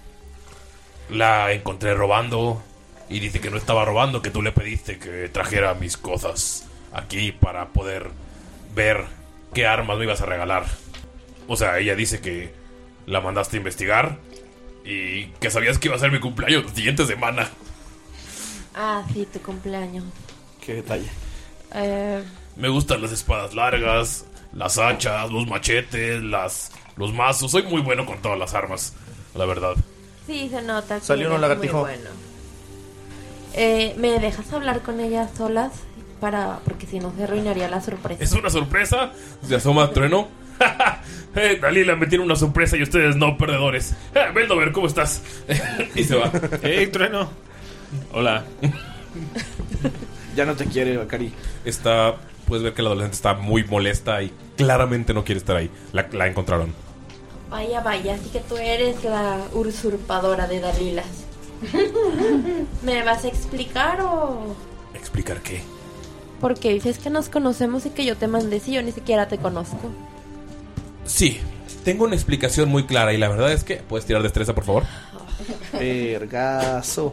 La encontré robando y dice que no estaba robando, que tú le pediste que trajera mis cosas aquí para poder ver qué armas me ibas a regalar. O sea, ella dice que la mandaste a investigar y que sabías que iba a ser mi cumpleaños la siguiente semana. Ah, sí, tu cumpleaños. Qué detalle. Eh, Me gustan las espadas largas, las hachas, los machetes, las los mazos. Soy muy bueno con todas las armas, la verdad. sí, se nota que Salió uno eres lagartijo. muy bueno. Eh, ¿Me dejas hablar con ellas solas? Para, porque si no se arruinaría la sorpresa. ¿Es una sorpresa? Se asoma Trueno. eh, Dalila me tiene una sorpresa y ustedes no, perdedores. Eh, Beldover, ¿cómo estás? Y se va. Hey, Trueno. Hola. Ya no te quiere, Bakari. Está, puedes ver que la adolescente está muy molesta y claramente no quiere estar ahí. La, la encontraron. Vaya, vaya, así que tú eres la usurpadora de Dalilas. ¿Me vas a explicar o...? ¿Explicar qué? Porque dices que nos conocemos y que yo te mandé si yo ni siquiera te conozco. Sí, tengo una explicación muy clara y la verdad es que... ¿Puedes tirar destreza, por favor? Vergazo.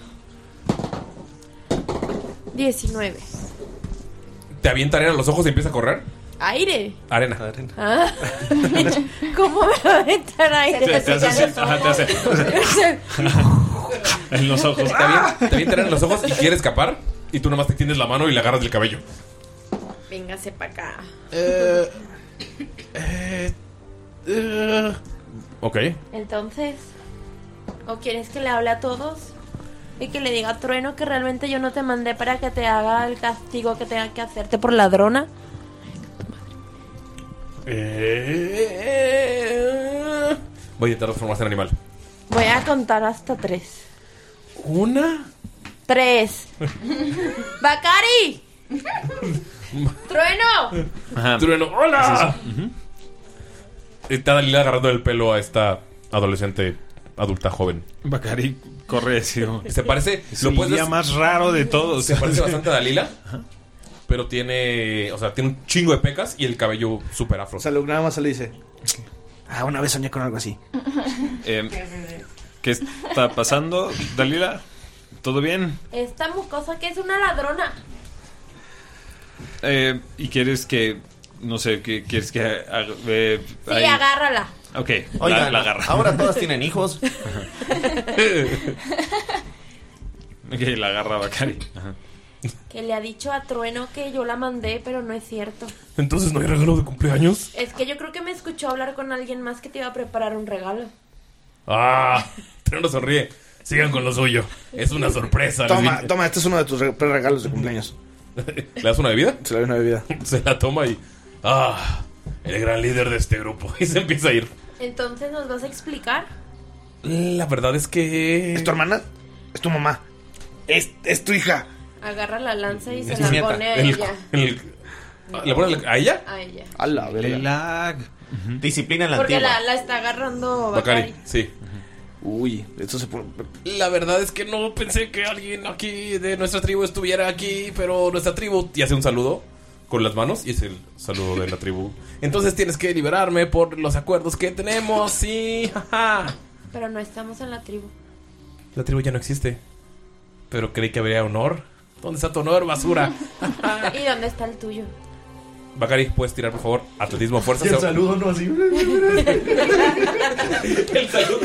diecinueve. ¿Te avienta arena a los ojos y empieza a correr? Aire. Arena. Ah. ¿Cómo me va a aventar aire? Te, te hace así, ajá, te hace en los ojos. Te avienta, te avienta arena en los ojos y quiere escapar y tú nomás te extiendes la mano y le agarras del cabello. Véngase para acá. Eh, eh, eh. Ok. Entonces, ¿o quieres que le hable a todos? Y que le diga a Trueno que realmente yo no te mandé para que te haga el castigo que tenga que hacerte por ladrona. Eh... Voy a intentar transformarse en animal. Voy a contar hasta tres. ¿Una? Tres. ¡Bakari! ¡Trueno! Ajá. Trueno, ¡hola! Sí, sí. Uh-huh. Está Dalila agarrando el pelo a esta adolescente adulta joven. Bakari corre así. Se parece... Es lo el día más raro de todos. Se parece bastante a Dalila. Ajá. Pero tiene, o sea, tiene un chingo de pecas y el cabello súper afro. O sea, lo nada más se le dice, ah, una vez soñé con algo así. eh, ¿Qué está pasando, Dalila? ¿Todo bien? Esta mucosa que es una ladrona. Eh, ¿Y quieres que, no sé, que quieres que haga, eh, Sí, ahí? agárrala. Ok, Oigan, la, la agarra. ahora todas tienen hijos. Ok, la agarra Bakari. Ajá. Que le ha dicho a Trueno que yo la mandé, pero no es cierto. Entonces no hay regalo de cumpleaños. Es que yo creo que me escuchó hablar con alguien más que te iba a preparar un regalo. Ah, Trueno sonríe. Sigan con lo suyo. Es una sorpresa. Toma, toma, este es uno de tus re- regalos de cumpleaños. ¿Le das una bebida? Se le da una bebida. Se la toma y... Ah, el gran líder de este grupo. Y se empieza a ir. Entonces, ¿nos vas a explicar? La verdad es que... ¿Es tu hermana? ¿Es tu mamá? Es, es tu hija. Agarra la lanza y se Es la nieta. pone a El- ella. el- ¿Le pone a ella? A ella. A la verga. Uh-huh. Disciplina en la Porque antigua. la, la está agarrando Bakari. Bakari, sí. Uy, esto se pone... La verdad es que no pensé que alguien aquí de nuestra tribu estuviera aquí, pero nuestra tribu... Y hace un saludo con las manos y es el saludo de la tribu. Entonces tienes que liberarme por los acuerdos que tenemos, sí, jaja. Pero no estamos en la tribu. La tribu ya no existe. Pero creí que habría honor. ¿Dónde está tu honor, basura? ¿Y dónde está el tuyo? Bacari, puedes tirar por favor atletismo fuerza. Y el saludo no así. El saludo.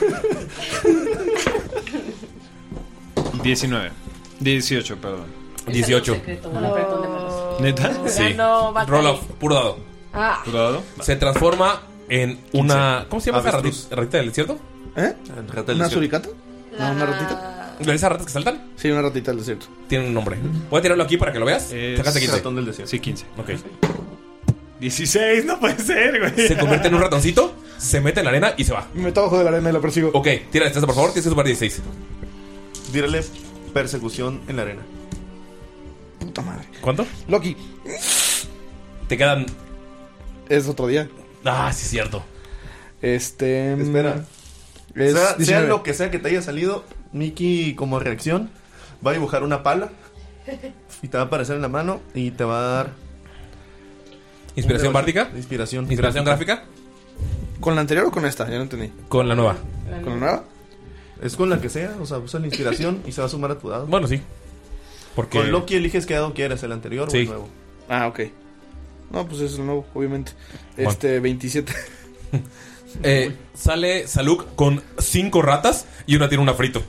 diecinueve. dieciocho, perdón. dieciocho. No. ¿Neta? Sí. Ganó Bacari. Roll off, puro dado. Ah. ¿Puro dado? Se transforma en una. ¿Cómo se llama esa Avestruz. ratita, ratita del desierto? ¿Eh? Rata del ¿Una desierto. suricata? La- ¿No, una ratita? ¿De esas ratas que saltan? Sí, una ratita del desierto. Tiene un nombre. Voy a tirarlo aquí para que lo veas. Es- Sacaste quince. Ratón del desierto. Sí, quince. Ok. dieciséis, no puede ser, güey. Se convierte en un ratoncito, se mete en la arena y se va. Me meto abajo de la arena y lo persigo. Ok, tira destreza por favor, tienes que superar dieciséis. Dírale persecución en la arena. Puta madre. ¿Cuánto? Loki. Te quedan. Es otro día. Ah, sí, es cierto. Este. Espera. Es sea, sea diecinueve. lo que sea que te haya salido, Mickey, como reacción, va a dibujar una pala y te va a aparecer en la mano y te va a dar. ¿Inspiración un bárdica? Inspiración. ¿Inspiración gráfica? ¿Con la anterior o con esta? Ya no entendí. Con la nueva. ¿Con la nueva? Es con la que sea, o sea, usa la inspiración y se va a sumar a tu dado. Bueno, sí. Porque. Con Loki eliges qué dado quieres, el anterior Sí. o el nuevo. Ah, ok. No, pues es el nuevo, obviamente. Bueno. Este, veintisiete. Eh, sale Saluk con cinco ratas y una tiene una frito.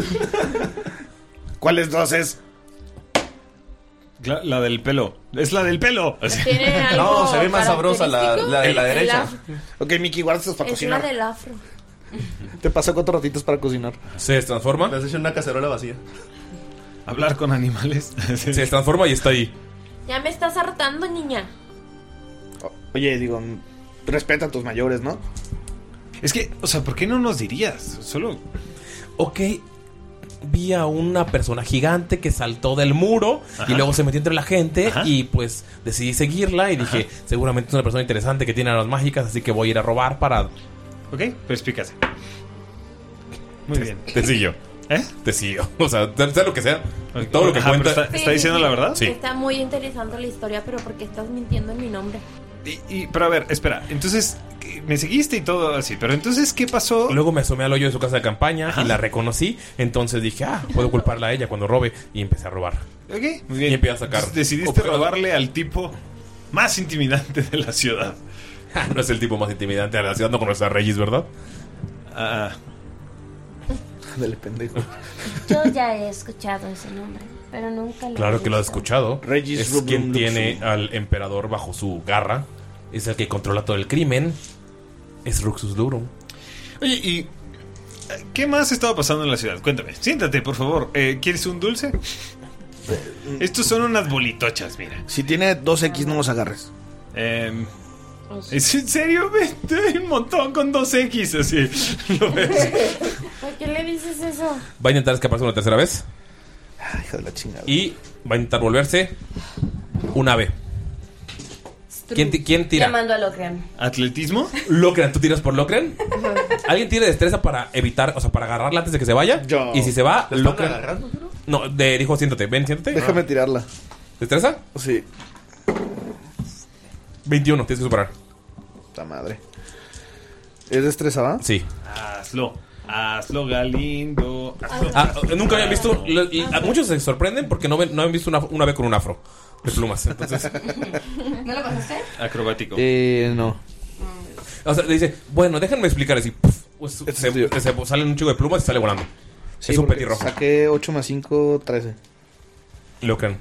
¿Cuáles dos es? La, la del pelo. Es la del pelo. Así. Tiene algo No, se ve más sabrosa la, la de la El derecha. afro. Ok, Mickey, guardas para Es cocinar. la del afro. Te pasa cuatro ratitos para cocinar. Se transforma. Me has hecho una cacerola vacía. Hablar con animales. Se transforma y está ahí. Ya me estás hartando, niña. O- Oye, digo, respeta a tus mayores, ¿no? Es que, o sea, ¿por qué no nos dirías? Solo. Ok. Vi a una persona gigante que saltó del muro. Ajá. Y luego se metió entre la gente. Ajá. Y pues decidí seguirla. Y dije, seguramente es una persona interesante que tiene armas mágicas. Así que voy a ir a robar para. Ok, pero explícase. Muy bien. Te sigo. ¿Eh? Te sigo. O sea, sea lo que sea. Todo lo que Ajá, cuenta. pero está, ¿está diciendo la verdad? Sí. Está muy interesante la historia, pero ¿por qué estás mintiendo en mi nombre? Y, y- pero a ver, espera. Entonces, me seguiste y todo así. Pero entonces, ¿qué pasó? Luego me asomé al hoyo de su casa de campaña. Ajá. Y la reconocí. Entonces dije, ah, puedo culparla a ella cuando robe. Y empecé a robar. Ok, muy bien. Y empieza a sacar. Entonces, decidiste objetos. robarle al tipo más intimidante de la ciudad. No es el tipo más intimidante de la ciudad. No conoces a Regis, ¿verdad? Ah. Dale, pendejo. Yo ya he escuchado ese nombre, pero nunca lo Claro he que lo has visto. escuchado. Regis Es Rubrum quien Luxum. tiene al emperador bajo su garra. Es el que controla todo el crimen. Es Ruxus Lurum. Oye, ¿y qué más estaba pasando en la ciudad? Cuéntame. Siéntate, por favor. Eh, ¿Quieres un dulce? Estos son unas bolitochas, mira. Si tiene dos equis, no los agarres. Eh, ¿Es en serio? Ve, hay un montón con dos equis así. ¿Lo ves? ¿Por qué le dices eso? Va a intentar escaparse una tercera vez. Ay, hija de la chingada. Y va a intentar volverse un ave. ¿Quién, ti- quién tira? Llamando a Locrean. ¿Atletismo? Locran, ¿tú tiras por Locran? ¿Alguien tiene destreza para evitar, o sea, para agarrarla antes de que se vaya? Yo. Y si se va, ¿Lo están Locran. agarrando, creo? No, de, dijo siéntate, ven, siéntate. Déjame tirarla. ¿Destreza? Sí. veintiuno, tienes que superar. Puta madre. ¿Es destreza, va? Sí. Hazlo. Hazlo, Galindo. Hazlo. Ah, nunca habían visto. lo- y a muchos se sorprenden porque no, ven, no han visto una, una ave con un afro de plumas. Entonces, ¿No lo pasaste? Acrobático. Eh, no. o sea, le dice, bueno, déjenme explicar así. Puf, pues, Este se, es tuyo. se salen un chico de plumas y sale volando. Sí, es un porque petirrojo. Saqué ocho más cinco, trece. Lo crean.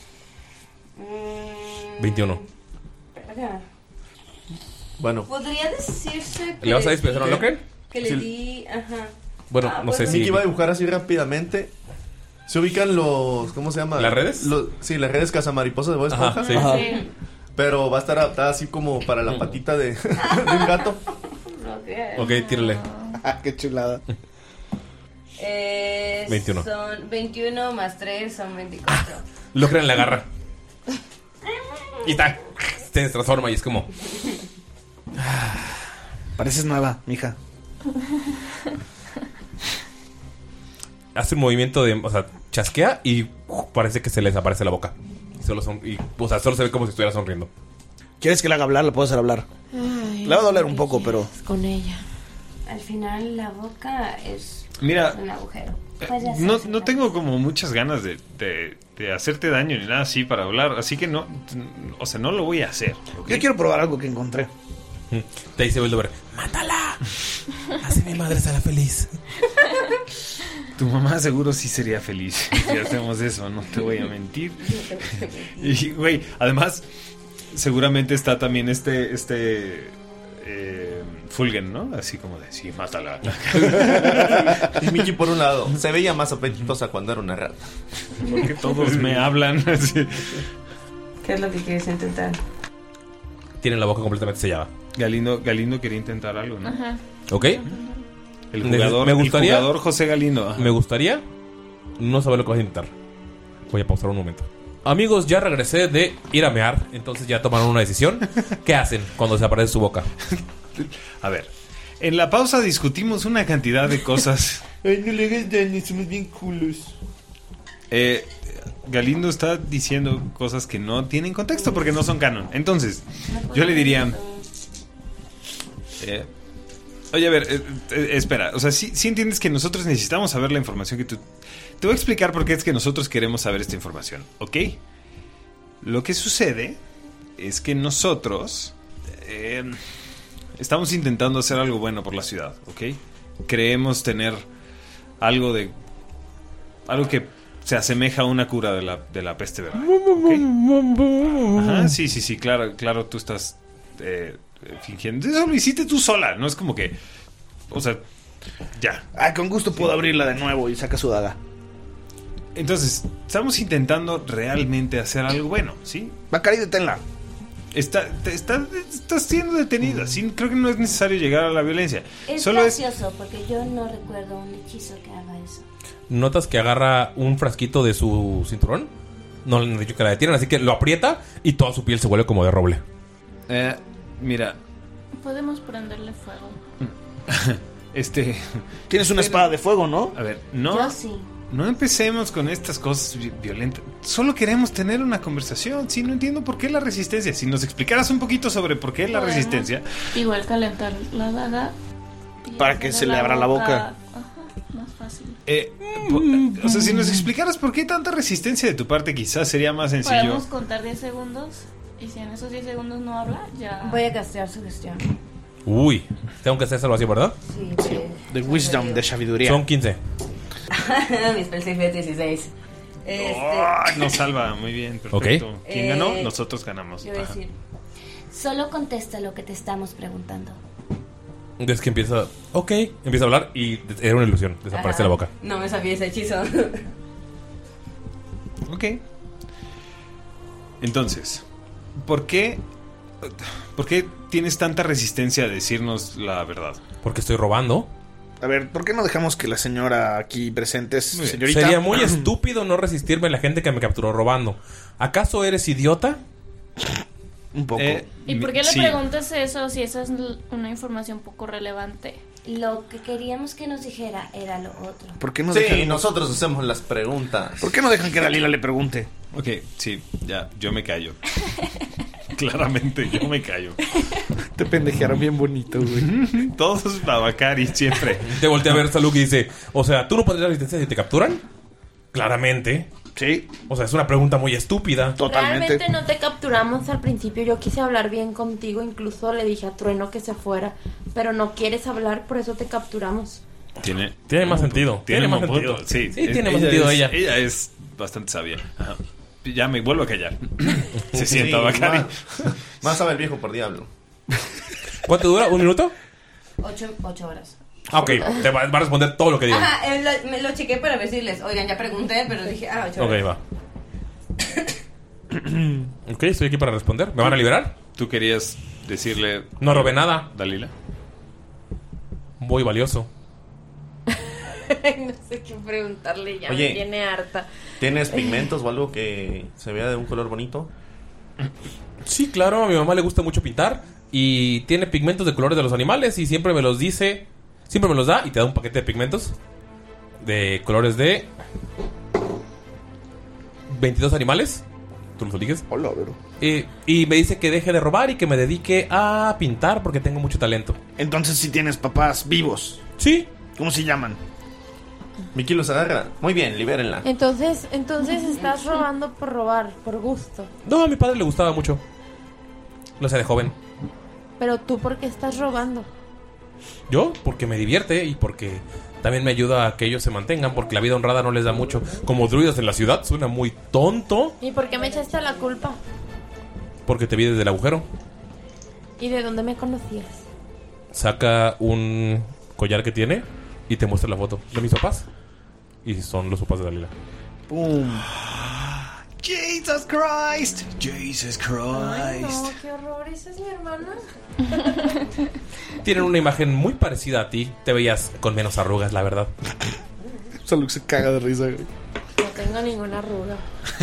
veintiuno. Espera. Bueno, ¿Podría decirse que ¿Le vas a le dispersar a di- Locren? Que le Sí. di... Ajá. Bueno, Ah, no sé bueno. si. Mickey va a dibujar así rápidamente. Se ubican los. ¿Cómo se llama? ¿Las redes? Los- sí, las redes cazamariposas de Bob Ajá, Esponja. sí. Ajá. Sí. Pero va a estar adaptada así como para la patita de, de un gato. Ok, tírale. Ah, qué chulada. Eh, veintiuno. Son veintiuno más tres son veinticuatro. Lo crean, la agarra. Y está. Se transforma y es como. Pareces nueva, mija. Hace un movimiento de. O sea, chasquea y uf, parece que se le desaparece la boca. Y solo son. Y, o sea, solo se ve como si estuviera sonriendo. ¿Quieres que la haga hablar? La puedo hacer hablar. Ay, Le va a doler un poco, pero. Con ella. Al final la boca es Mira, un agujero. Payaso. No, no tengo como muchas ganas de, de, de hacerte daño ni nada así para hablar, así que no, o sea, no lo voy a hacer. ¿Okay? Yo quiero probar algo que encontré. Te dice Beldover, ¡mátala! Así mi madre será feliz. Tu mamá seguro sí sería feliz si hacemos eso, no te voy a mentir. Y, güey, además, seguramente está también este, este eh, Fulgen, ¿no? Así como de, sí, mátala. Y Mickey por un lado, se veía más apetitosa cuando era una rata. Porque todos me hablan así. ¿Qué es lo que quieres intentar? Tiene la boca completamente sellada. Galindo, Galindo quería intentar algo, ¿no? Ajá. ¿Ok? El jugador, me gustaría, el jugador José Galindo. Ajá. Me gustaría no saber lo que vas a intentar. Voy a pausar un momento. Amigos, ya regresé de ir a mear. Entonces ya tomaron una decisión. ¿Qué hacen cuando se aparece su boca? A ver, en la pausa discutimos una cantidad de cosas. Ay, no le hagas daño, somos bien culos. Eh, Galindo está diciendo cosas que no tienen contexto porque no son canon. Entonces, yo le diría... Eh, oye, a ver, eh, eh, espera. O sea, sí, sí entiendes que nosotros necesitamos saber la información que tú... Te voy a explicar por qué es que nosotros queremos saber esta información, ¿ok? Lo que sucede es que nosotros... Eh, estamos intentando hacer algo bueno por la ciudad, ¿ok? Creemos tener algo de... Algo que se asemeja a una cura de la, de la peste verde, ¿ok? Ajá, sí, sí, sí, claro, claro, tú estás eh, fingiendo. Eso lo hiciste tú sola, no es como que... O sea, ya. Ah, con gusto puedo abrirla de nuevo y saca su daga. Entonces, estamos intentando realmente hacer algo bueno, ¿sí? Bacari, deténla. Está, te- está, está siendo detenida. Sí, creo que no es necesario llegar a la violencia. Es Solo es... gracioso porque yo no recuerdo un hechizo que haga eso. Notas que agarra un frasquito de su cinturón. No le han dicho que la detienen, así que lo aprieta y toda su piel se vuelve como de roble. Eh, mira, Podemos prenderle fuego. este... Tienes una espada de fuego, ¿no? A ver, no... Yo sí. No empecemos con estas cosas vi- violentas. Solo queremos tener una conversación. Sí, no entiendo por qué la resistencia. Si nos explicaras un poquito sobre por qué la Podemos resistencia. Igual calentar la daga. y Para que hacerle se le abra la boca. Ajá, más fácil. Eh, po- o sea, si nos explicaras por qué tanta resistencia de tu parte, quizás sería más sencillo. Podemos contar diez segundos. Y si en esos diez segundos no habla, ya. Voy a castear su gestión. Uy, tengo que hacer salvación, ¿verdad? Sí, de... De wisdom, de sabiduría. Son quince. Mi spell save es dieciséis. Este... Oh, nos salva, muy bien, perfecto. Ok. ¿Quién Eh, ganó? Nosotros ganamos. Yo voy a Ajá. decir... Solo contesta lo que te estamos preguntando. Es que empieza. Ok, empieza a hablar y era una ilusión. Desaparece Ajá. la boca. No me sabía ese hechizo. Ok. Entonces, ¿por qué, ¿por qué tienes tanta resistencia a decirnos la verdad? Porque estoy robando. A ver, ¿por qué no dejamos que la señora aquí presente, Muy bien. señorita? Sería muy estúpido no resistirme a la gente que me capturó robando. ¿Acaso eres idiota? Un poco. Eh, ¿Y por qué le sí. preguntas eso si esa es l- una información poco relevante? Lo que queríamos que nos dijera era lo otro. ¿Por qué no Sí, dejan, nosotros hacemos las preguntas. ¿Por qué no dejan que Dalila le pregunte? Ok, sí, ya, yo me callo. Claramente, yo me callo. Te pendejearon bien bonito, güey. Todos a Bacari, siempre. Te voltea a ver Saluk y dice: O sea, ¿tú no podrías resistencia si te capturan? Claramente. Sí, O sea, es una pregunta muy estúpida. totalmente. Realmente no te capturamos al principio. Yo quise hablar bien contigo. Incluso le dije a Trueno que se fuera. Pero no quieres hablar, por eso te capturamos. Tiene, Tiene más sentido. Tiene, Tiene más un punto. sentido. Sí, Sí, tiene más sentido es, ella. Ella es bastante sabia. Ajá. Ya me vuelvo a callar. Se sienta Sí, Bacari. Más, más sabe el viejo por diablo. ¿Cuánto dura? ¿Un minuto? Ocho, ocho horas. Ah, ok. Te va, va a responder todo lo que digan. Ajá, eh, lo, me lo chequé para decirles, oigan, ya pregunté, pero dije, ah, ocho Ok, horas. va. Ok, estoy aquí para responder. ¿Me van a liberar? ¿Tú querías decirle... No robé nada. Dalila? Muy valioso. No sé qué preguntarle. Ya Oye. me tiene harta. ¿Tienes pigmentos o algo que se vea de un color bonito? Sí, claro. A mi mamá le gusta mucho pintar. Y tiene pigmentos de colores de los animales. Y siempre me los dice. Siempre me los da. Y te da un paquete de pigmentos. De colores de veintidós animales. Tú los eliges. Hola, pero. Eh, y me dice que deje de robar y que me dedique a pintar porque tengo mucho talento. Entonces, si tienes papás vivos, Sí. ¿cómo se llaman? Miki los agarra. Muy bien, libérenla. Entonces, entonces estás robando por robar, por gusto. No, a mi padre le gustaba mucho. Lo hacía de joven. Pero tú, ¿por qué estás robando? Yo, porque me divierte y porque también me ayuda a que ellos se mantengan, porque la vida honrada no les da mucho. Como druidas en la ciudad, suena muy tonto. ¿Y por qué me echaste la culpa? Porque te vi desde el agujero. ¿Y de dónde me conocías? Saca un collar que tiene y te muestra la foto de mis papás. Y son los papás de Dalila. ¡Pum! Jesus Christ. Jesus Ay, Christ. no, qué horror. ¿Esa es mi hermana? Tienen una imagen muy parecida a ti. Te veías con menos arrugas, la verdad. Salud se caga de risa, güey. No tengo ninguna arruga.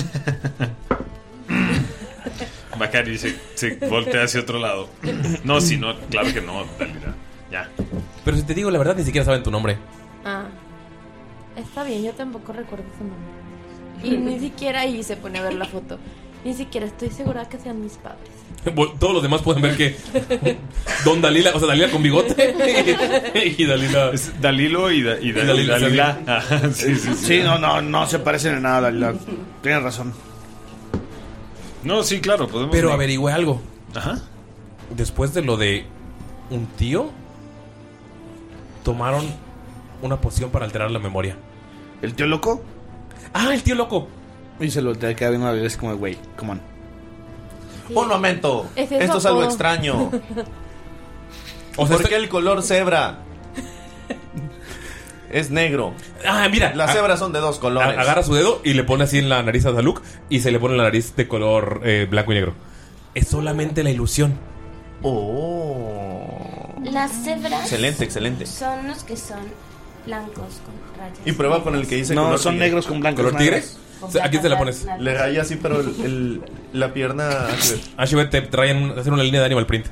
Bacari se, se voltea hacia otro lado. No, si no, claro que no, Dalila. Ya. Pero si te digo la verdad, ni siquiera saben tu nombre. Ah, está bien, yo tampoco recuerdo su nombre. Y ni siquiera ahí se pone a ver la foto. Ni siquiera estoy segura que sean mis padres. Todos los demás pueden ver que Don Dalila, o sea, Dalila con bigote y Dalila. Es Dalilo y, da, y, da, Y Dalila, y Dalila. Ajá, sí, sí, sí. Sí, no, no, no se parecen en nada, Dalila. Tienes razón. No, sí, claro, podemos. Pero ver. averigüé algo. Ajá. Después de lo de un tío, tomaron una poción para alterar la memoria. ¿El tío loco? Ah, el tío loco. Y se lo te queda viendo a ver, es como, güey, come on. Sí. Un momento. ¿Es eso Esto es algo todo? extraño. O sea, ¿Por estoy- qué el color cebra es negro? Ah, mira. Las a- cebras son de dos colores. a- Agarra su dedo y le pone así en la nariz a Daluk y se le pone la nariz de color eh, blanco y negro. Es solamente la ilusión. Oh. Las cebras Excelente, excelente. son los que son blancos con rayas. Y prueba con el que dice No, color son tigre. negros con blancos. ¿Color tigre? negros. O sea, ¿a quién se la pones? Le raya así, pero el, el- la pierna. Ashibet te traen un- hacer una línea de Animal Print.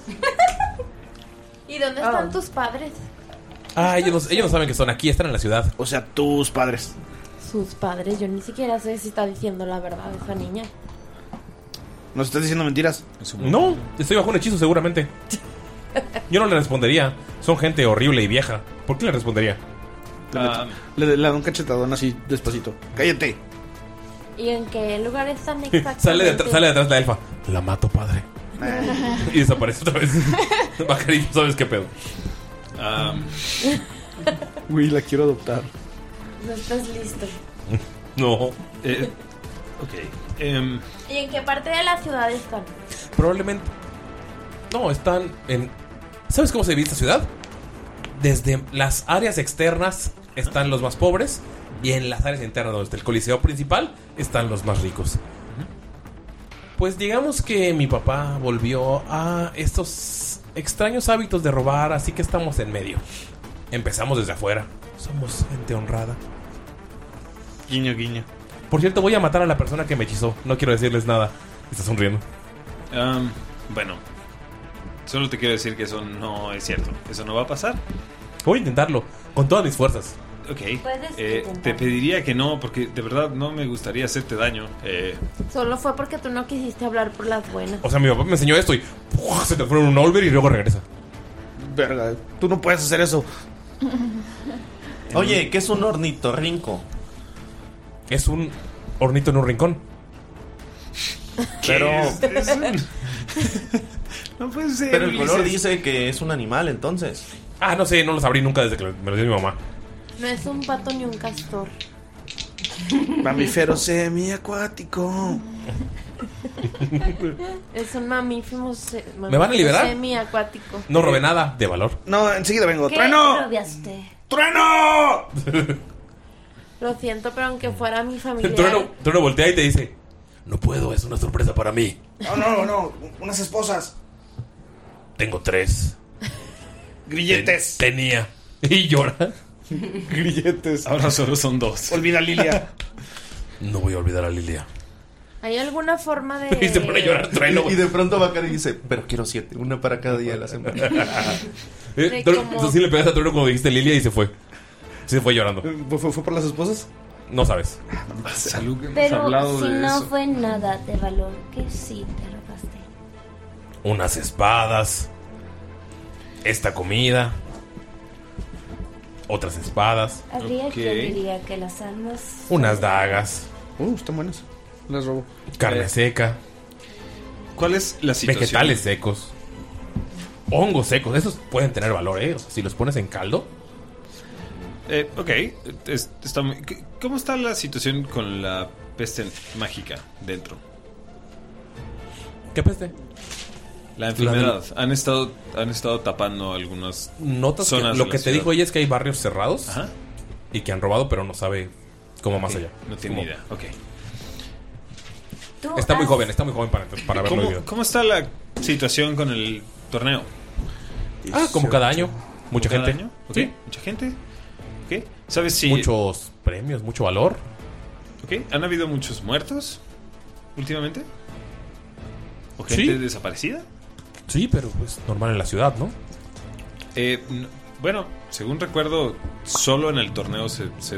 ¿Y dónde están tus padres? Ah, ellos no, ellos no saben que son aquí, están en la ciudad. O sea, tus padres. Sus padres, yo ni siquiera sé si está diciendo la verdad esa niña. ¿Nos estás diciendo mentiras? No, estoy bajo un hechizo seguramente. Yo no le respondería. Son gente horrible y vieja. ¿Por qué le respondería? Ah, Le, le da un cachetadón así, despacito. ¡Cállate! ¿Y en qué lugar están exactamente? Sale de, atr- sale de atrás la elfa. La mato, padre. Y desaparece otra vez. Bacari, ¿sabes qué pedo? um, Uy, la quiero adoptar. No estás listo. No. eh, ok. em, ¿Y en qué parte de la ciudad están? Probablemente. No, están en. ¿Sabes cómo se divide esta ciudad? Desde las áreas externas están los más pobres. Y en las áreas internas, donde está el coliseo principal, están los más ricos. Pues digamos que mi papá volvió a estos extraños hábitos de robar, así que estamos en medio. Empezamos desde afuera. Somos gente honrada. Guiño, guiño. Por cierto, voy a matar a la persona que me hechizó. No quiero decirles nada. Está sonriendo. um, bueno, solo te quiero decir que eso no es cierto. Eso no va a pasar. Voy a intentarlo, con todas mis fuerzas. Ok. Puedes Eh, intentar. te pediría que no, porque de verdad no me gustaría hacerte daño. Eh, Solo fue porque tú no quisiste hablar por las buenas. O sea, mi papá me enseñó esto y ¡puf! Se te fue en un Olver y luego regresa. Verga, tú no puedes hacer eso. Oye, ¿qué es un ornitorrinco? Es un hornito en un rincón. Pero, es- es un- no puede ser. pero el color Ulises. dice que es un animal, entonces. Ah, no sé, no lo sabrí nunca desde que me lo dio mi mamá. No es un pato ni un castor. Mamífero semiacuático. Es un mamífero, se- ¿Me van a liberar? semiacuático. No robé nada de valor. No, enseguida vengo. ¿Qué ¡Trueno! robaste? ¡Trueno! Lo siento, pero aunque fuera mi familiar. Trueno, Trueno voltea y te dice: no puedo, es una sorpresa para mí. No, no, no. Unas esposas. Tengo tres. Grilletes. Ten- tenía. Y llora. Grilletes. Ahora solo son dos. Olvida a Lilia. No voy a olvidar a Lilia. ¿Hay alguna forma de...? Y se pone a llorar Trueno. Y de pronto Bacari dice, pero quiero siete, una para cada día de la semana. Eh, De Trueno- como- Sí le pegaste a Trueno cuando dijiste Lilia y se fue. Sí, se fue llorando. ¿Fue, fue, fue por las esposas? No sabes. Salud, que hemos Pero hablado si de no eso. fue nada de valor, que sí te robaste. Unas espadas. Esta comida. otras espadas, Habría Ok. quien diría que las almas. unas dagas, Uh, están buenas. Las robo. carne Eh, seca, ¿Cuál es la situación? vegetales secos, hongos secos. Esos pueden tener valor, ¿eh? O sea, si los pones en caldo. Eh, ok. Es- está muy- ¿qué- ¿Cómo está la situación con la peste mágica dentro? ¿Qué peste? La enfermedad. Han estado, han estado tapando algunas Notas que zonas lo de que la te ciudad. dijo ella es que hay barrios cerrados Ajá. y que han robado, pero no sabe cómo más Ok, allá. No Es tiene como- idea. Ok. Tú Está muy has- joven, está muy joven para, para haberlo ¿Cómo, vivido. ¿Cómo está la situación con el torneo? Ah, como cada año. Mucha ¿Cada gente. año? Ok, Sí. mucha gente. Ok. ¿Sabes si Muchos premios, mucho valor. Ok, ¿han habido muchos muertos últimamente? ¿O Sí. gente desaparecida? Sí, pero pues normal en la ciudad, ¿no? Eh, n- bueno, según recuerdo, solo en el torneo se... se-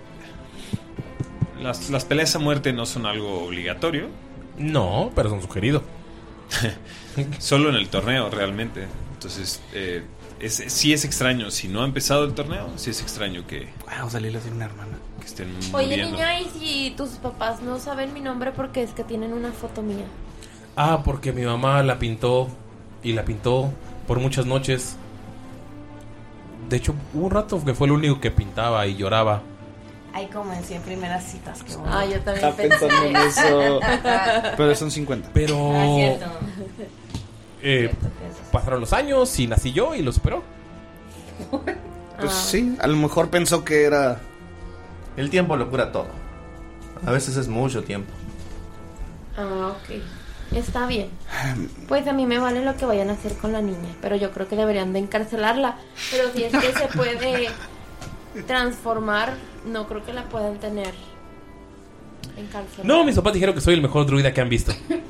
Las, las peleas a muerte no son algo obligatorio. No, pero son sugerido. Solo en el torneo, realmente. Entonces, eh, es, sí es extraño. Si no ha empezado el torneo, sí es extraño que, Wow, Dalila tiene una hermana. que estén Oye, muriendo. niña, ¿y si tus papás no saben mi nombre porque es que tienen una foto mía? Ah, porque mi mamá la pintó y la pintó por muchas noches. De hecho, hubo un rato que fue el único que pintaba y lloraba. Hay como en cien primeras citas que uno- Ah, yo también Está pensé. pensando en eso. Pero son cincuenta. Pero Ah, cierto. eh, pasaron los años y nací yo y lo superó. Pues sí, a lo mejor pensó que era. El tiempo lo cura todo. A veces es mucho tiempo. Ah, ok. Está bien. Pues a mí me vale lo que vayan a hacer con la niña, pero yo creo que deberían de encarcelarla. Pero si es que se puede transformar, no creo que la puedan tener encarcelada. No, mis papás dijeron que soy el mejor druida que han visto.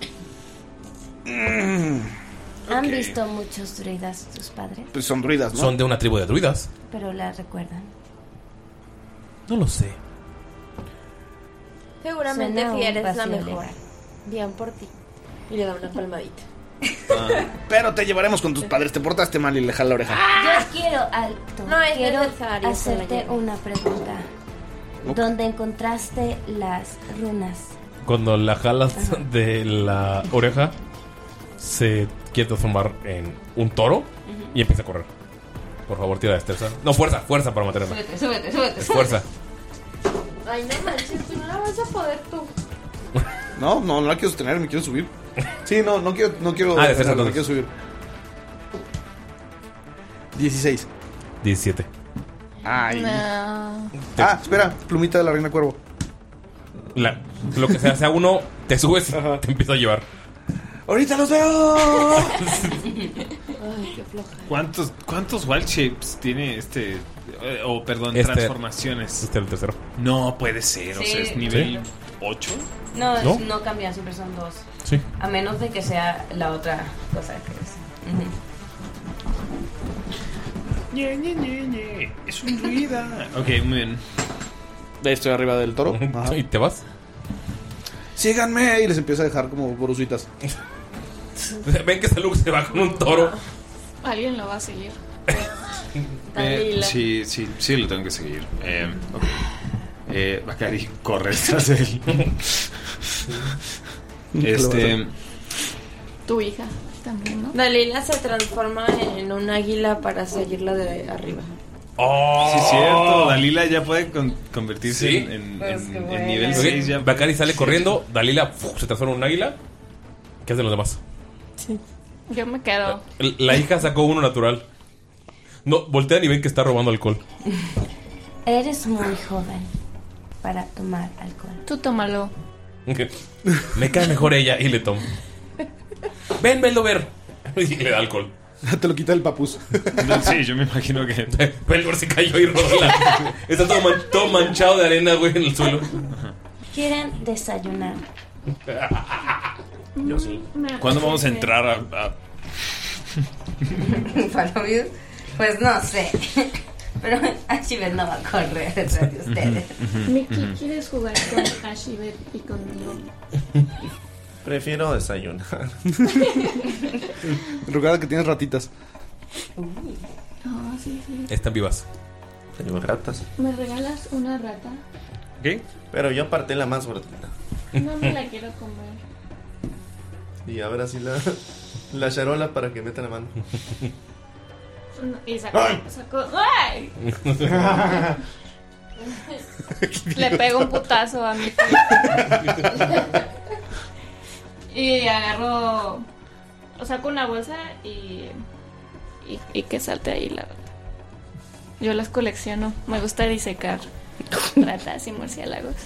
¿Han Ok. visto muchos druidas tus padres? Pues son druidas, ¿no? Son de una tribu de druidas. Pero la recuerdan. No lo sé. Seguramente Suena si un eres la vacío mejor. legal. Bien por ti. Y le da una palmadita. Pero te llevaremos con tus padres. Te portaste mal y le jala la oreja. Yo quiero alto. No es quiero necesario que la hacerte lleve. una pregunta. ¿Dónde encontraste las runas? Cuando la jalas de la oreja, se quiere transformar en un toro y empieza a correr. Por favor, tira destreza. No, fuerza, fuerza para mantenerla. Súbete, súbete, súbete. Es fuerza. Ay, no manches, tú no la vas a poder tú. No, no, no la quiero sostener, me quiero subir. Sí, no, no quiero, no quiero, Ah, de fuerza, me entonces. quiero subir. dieciséis. diecisiete. Ay. No. Ah, espera, plumita de la reina cuervo. La- lo que se hace a uno, te subes y Ajá. te empieza a llevar. ¡Ahorita los veo! Ay, qué floja. ¿Cuántos, ¿Cuántos wild shapes tiene este... eh, o perdón, Este- transformaciones? Este es el tercero. No puede ser, o Sí. sea, es nivel Sí. ocho. No, ¿No? no cambian, siempre son dos. Sí. A menos de que sea la otra cosa que es. Ujú. Ñe, Ñe, Ñe, Ñe. Es un druida. Ok, muy bien. Estoy arriba del toro. Ajá. ¿Y te vas? Síganme. Y les empiezo a dejar como borusitas. Ven que Saluk se va con un toro. Alguien lo va a seguir. Eh, Dalila. sí, sí, sí, lo tengo que seguir. Eh, ok. Eh, Bacari corre detrás de él. Este. Tu hija también, ¿no? Dalila se transforma en un águila para seguirla de arriba. ¡Oh! Sí, es cierto. Dalila ya puede con- convertirse Sí. en, en- Pues en- qué en bueno. nivel Ok, seis. Ya. Bacari sale corriendo. Dalila ¡fuf! Se transforma en un águila. ¿Qué hacen los demás? Yo me quedo. La hija sacó uno natural. No, voltean y ven que está robando alcohol. Eres muy joven para tomar alcohol. Tú tómalo. Me cae mejor ella y le tomo. Ven, venlo ver. Y le da alcohol. Te lo quita el papus. No, sí, yo me imagino que. Pelgor se cayó y rodó la- Está todo, man- todo manchado de arena, güey, en el suelo. ¿Quieren desayunar? Yo sí. ¿Cuándo vamos a entrar a.? a- Palomius, pues no sé. Pero Ashibet no va a correr detrás de ustedes. Miki, ¿quieres jugar con Ashibet y conmigo? Prefiero desayunar. Rugada que tienes ratitas. Ah, sí, sí. Están vivas. Tengo ratas. ¿Me regalas una rata? ¿Qué? Pero yo aparté la más gordita. No me la quiero comer. Y ahora sí la, la charola para que meta la mano. Y sacó... sacó ¡ay! Le pego un putazo a mi y agarro... O saco una bolsa y... Y, y que salte ahí la rata. Yo las colecciono. Me gusta disecar ratas y murciélagos.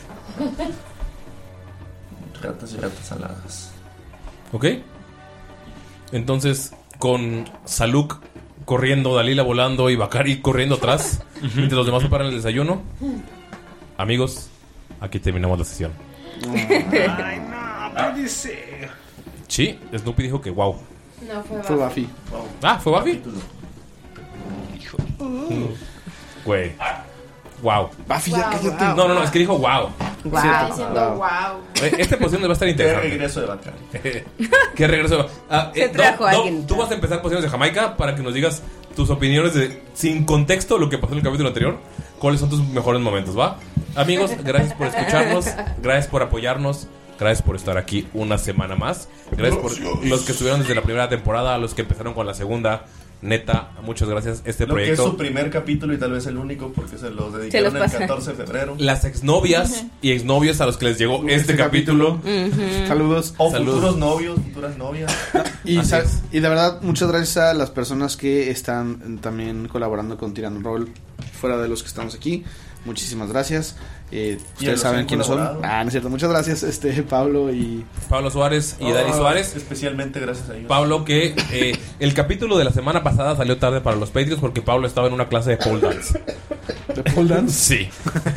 Ratas y ratas saladas. Ok. Entonces, con Saluk corriendo, Dalila volando y Bakari corriendo atrás, mientras los demás preparan el desayuno, amigos, aquí terminamos la sesión. Ay, no, puede ser. Sí, Snoopy dijo que wow. No, fue Fue Buffy. Buffy. Ah, ¿fue Buffy? Güey. Wow. Buffy, ya cállate. No, no, no, es que dijo wow. Wow. Estoy diciendo wow. Eh, Esta posición va a estar interesante. Qué regreso de Bakari. Qué regreso. Ah, Se eh, trajo Doc, a Doc, alguien. tú vas a empezar posiciones de Jamaica para que nos digas tus opiniones de, sin contexto, lo que pasó en el capítulo anterior. ¿Cuáles son tus mejores momentos, va? Amigos, gracias por escucharnos. Gracias por apoyarnos. Gracias por estar aquí una semana más. Gracias por los que estuvieron desde la primera temporada, a los que empezaron con la segunda. Neta, muchas gracias. Este Lo proyecto. que es su primer capítulo y tal vez el único porque se los dedicaron el catorce de febrero. Las exnovias y exnovios a los que les llegó este, este capítulo. Uh-huh. Saludos. O Saludos. futuros novios, futuras novias. Y, sal- y de verdad, muchas gracias a las personas que están también colaborando con Tirando Roll, fuera de los que estamos aquí. Muchísimas gracias. Eh, ustedes saben quiénes son. Ah, no es cierto. Muchas gracias, este Pablo y Pablo Suárez y oh, Dani Suárez. Especialmente gracias a ellos. Pablo, que eh, el capítulo de la semana pasada salió tarde para los Patreons porque Pablo estaba en una clase de pole dance. ¿De pole dance? Sí.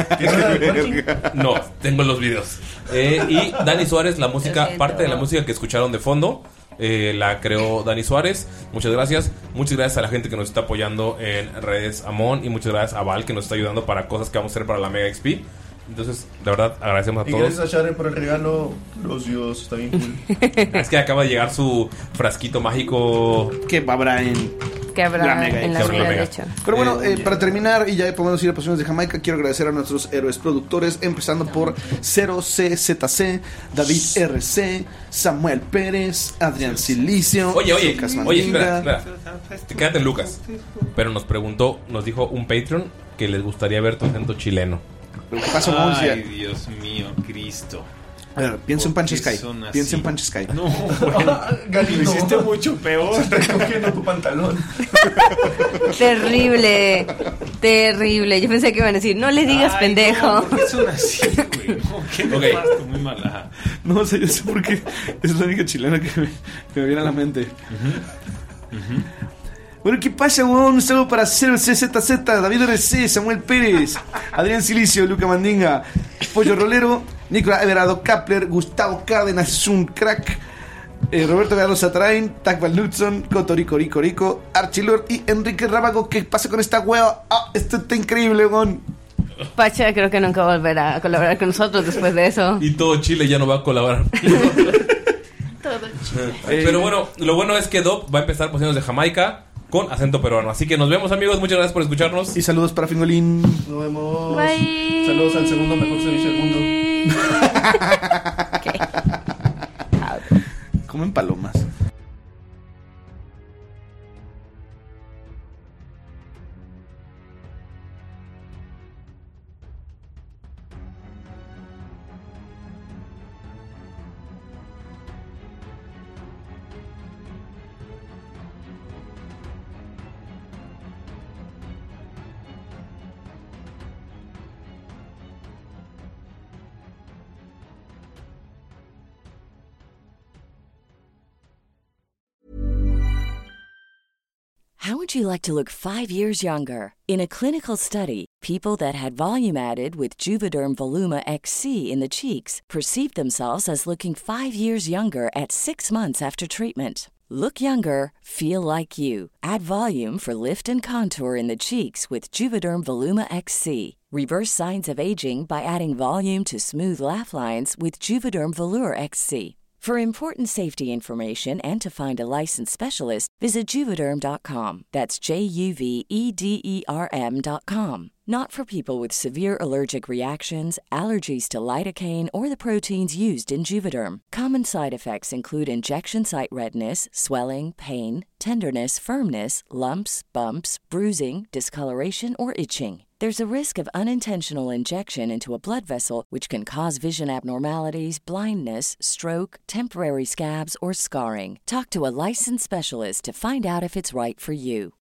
No, tengo los videos. Eh, y Dani Suárez, la música, parte de la música que escucharon de fondo, eh, la creó Dani Suárez. Muchas gracias. Muchas gracias a la gente que nos está apoyando en redes Amon. Y muchas gracias a Val que nos está ayudando para cosas que vamos a hacer para la Mega X P. Entonces, de verdad, agradecemos a y todos. gracias a Sharon por el regalo. Los dios, está bien cool. Es que acaba de llegar su frasquito mágico que habrá en Que habrá la Mega en X. la Mega, de hecho. Pero bueno, eh, para terminar y ya podemos ir a Pasiones de Jamaica, quiero agradecer a nuestros héroes productores, empezando por cero C Z C, David R C, Samuel Pérez, Adrián Silicio. Oye, oye, Lucas oye, Mandinga. espera, espera. Quédate en Lucas. Pero nos preguntó, nos dijo un Patreon que les gustaría ver tu acento chileno. ¿Pero qué pasó, Ay, Dios mío, Cristo. A ver, piensa en Pancho Sky. son así? Piensa en Pancho Sky. No, bueno, lo hiciste mucho peor. Se está cogiendo tu pantalón. Terrible, terrible. Yo pensé que iban a decir, no le digas Ay, pendejo. No, ¿por qué son así, güey? No, qué Ok. nefasto, muy mal. Ajá. No, o sea, yo sé por qué es la única chilena que me, que me viene a la mente. Bueno, ¿qué pasa, weón? Un saludo para cero C Z Z, David R C, Samuel Pérez, Adrián Silicio, Luca Mandinga, Pollo Rolero, Nicolás Everardo Kapler, Gustavo Cárdenas, es un crack, eh, Roberto Galo Satarain, Tagval Knudson, Cotorico Rico Rico, Archilord y Enrique Rábago. ¿Qué pasa con esta hueva? Ah, esto está increíble, weón. Pacha creo que nunca volverá a colaborar con nosotros después de eso. Y todo Chile ya no va a colaborar. Todo chido. Pero bueno, lo bueno es que Doc va a empezar posiciones de Jamaica con acento peruano. Así que nos vemos, amigos. Muchas gracias por escucharnos. Y saludos para Fingolín. Nos vemos. Bye. Saludos al segundo mejor servicio del mundo. Comen palomas. How would you like to look five years younger? In a clinical study, people that had volume added with Juvederm Voluma X C in the cheeks perceived themselves as looking five years younger at six months after treatment. Look younger, feel like you. Add volume for lift and contour in the cheeks with Juvederm Voluma X C. Reverse signs of aging by adding volume to smooth laugh lines with Juvederm Volure X C. For important safety information and to find a licensed specialist, visit Juvederm dot com. That's J U V E D E R M dot com. Not for people with severe allergic reactions, allergies to lidocaine, or the proteins used in Juvederm. Common side effects include injection site redness, swelling, pain, tenderness, firmness, lumps, bumps, bruising, discoloration, or itching. There's a risk of unintentional injection into a blood vessel, which can cause vision abnormalities, blindness, stroke, temporary scabs, or scarring. Talk to a licensed specialist to find out if it's right for you.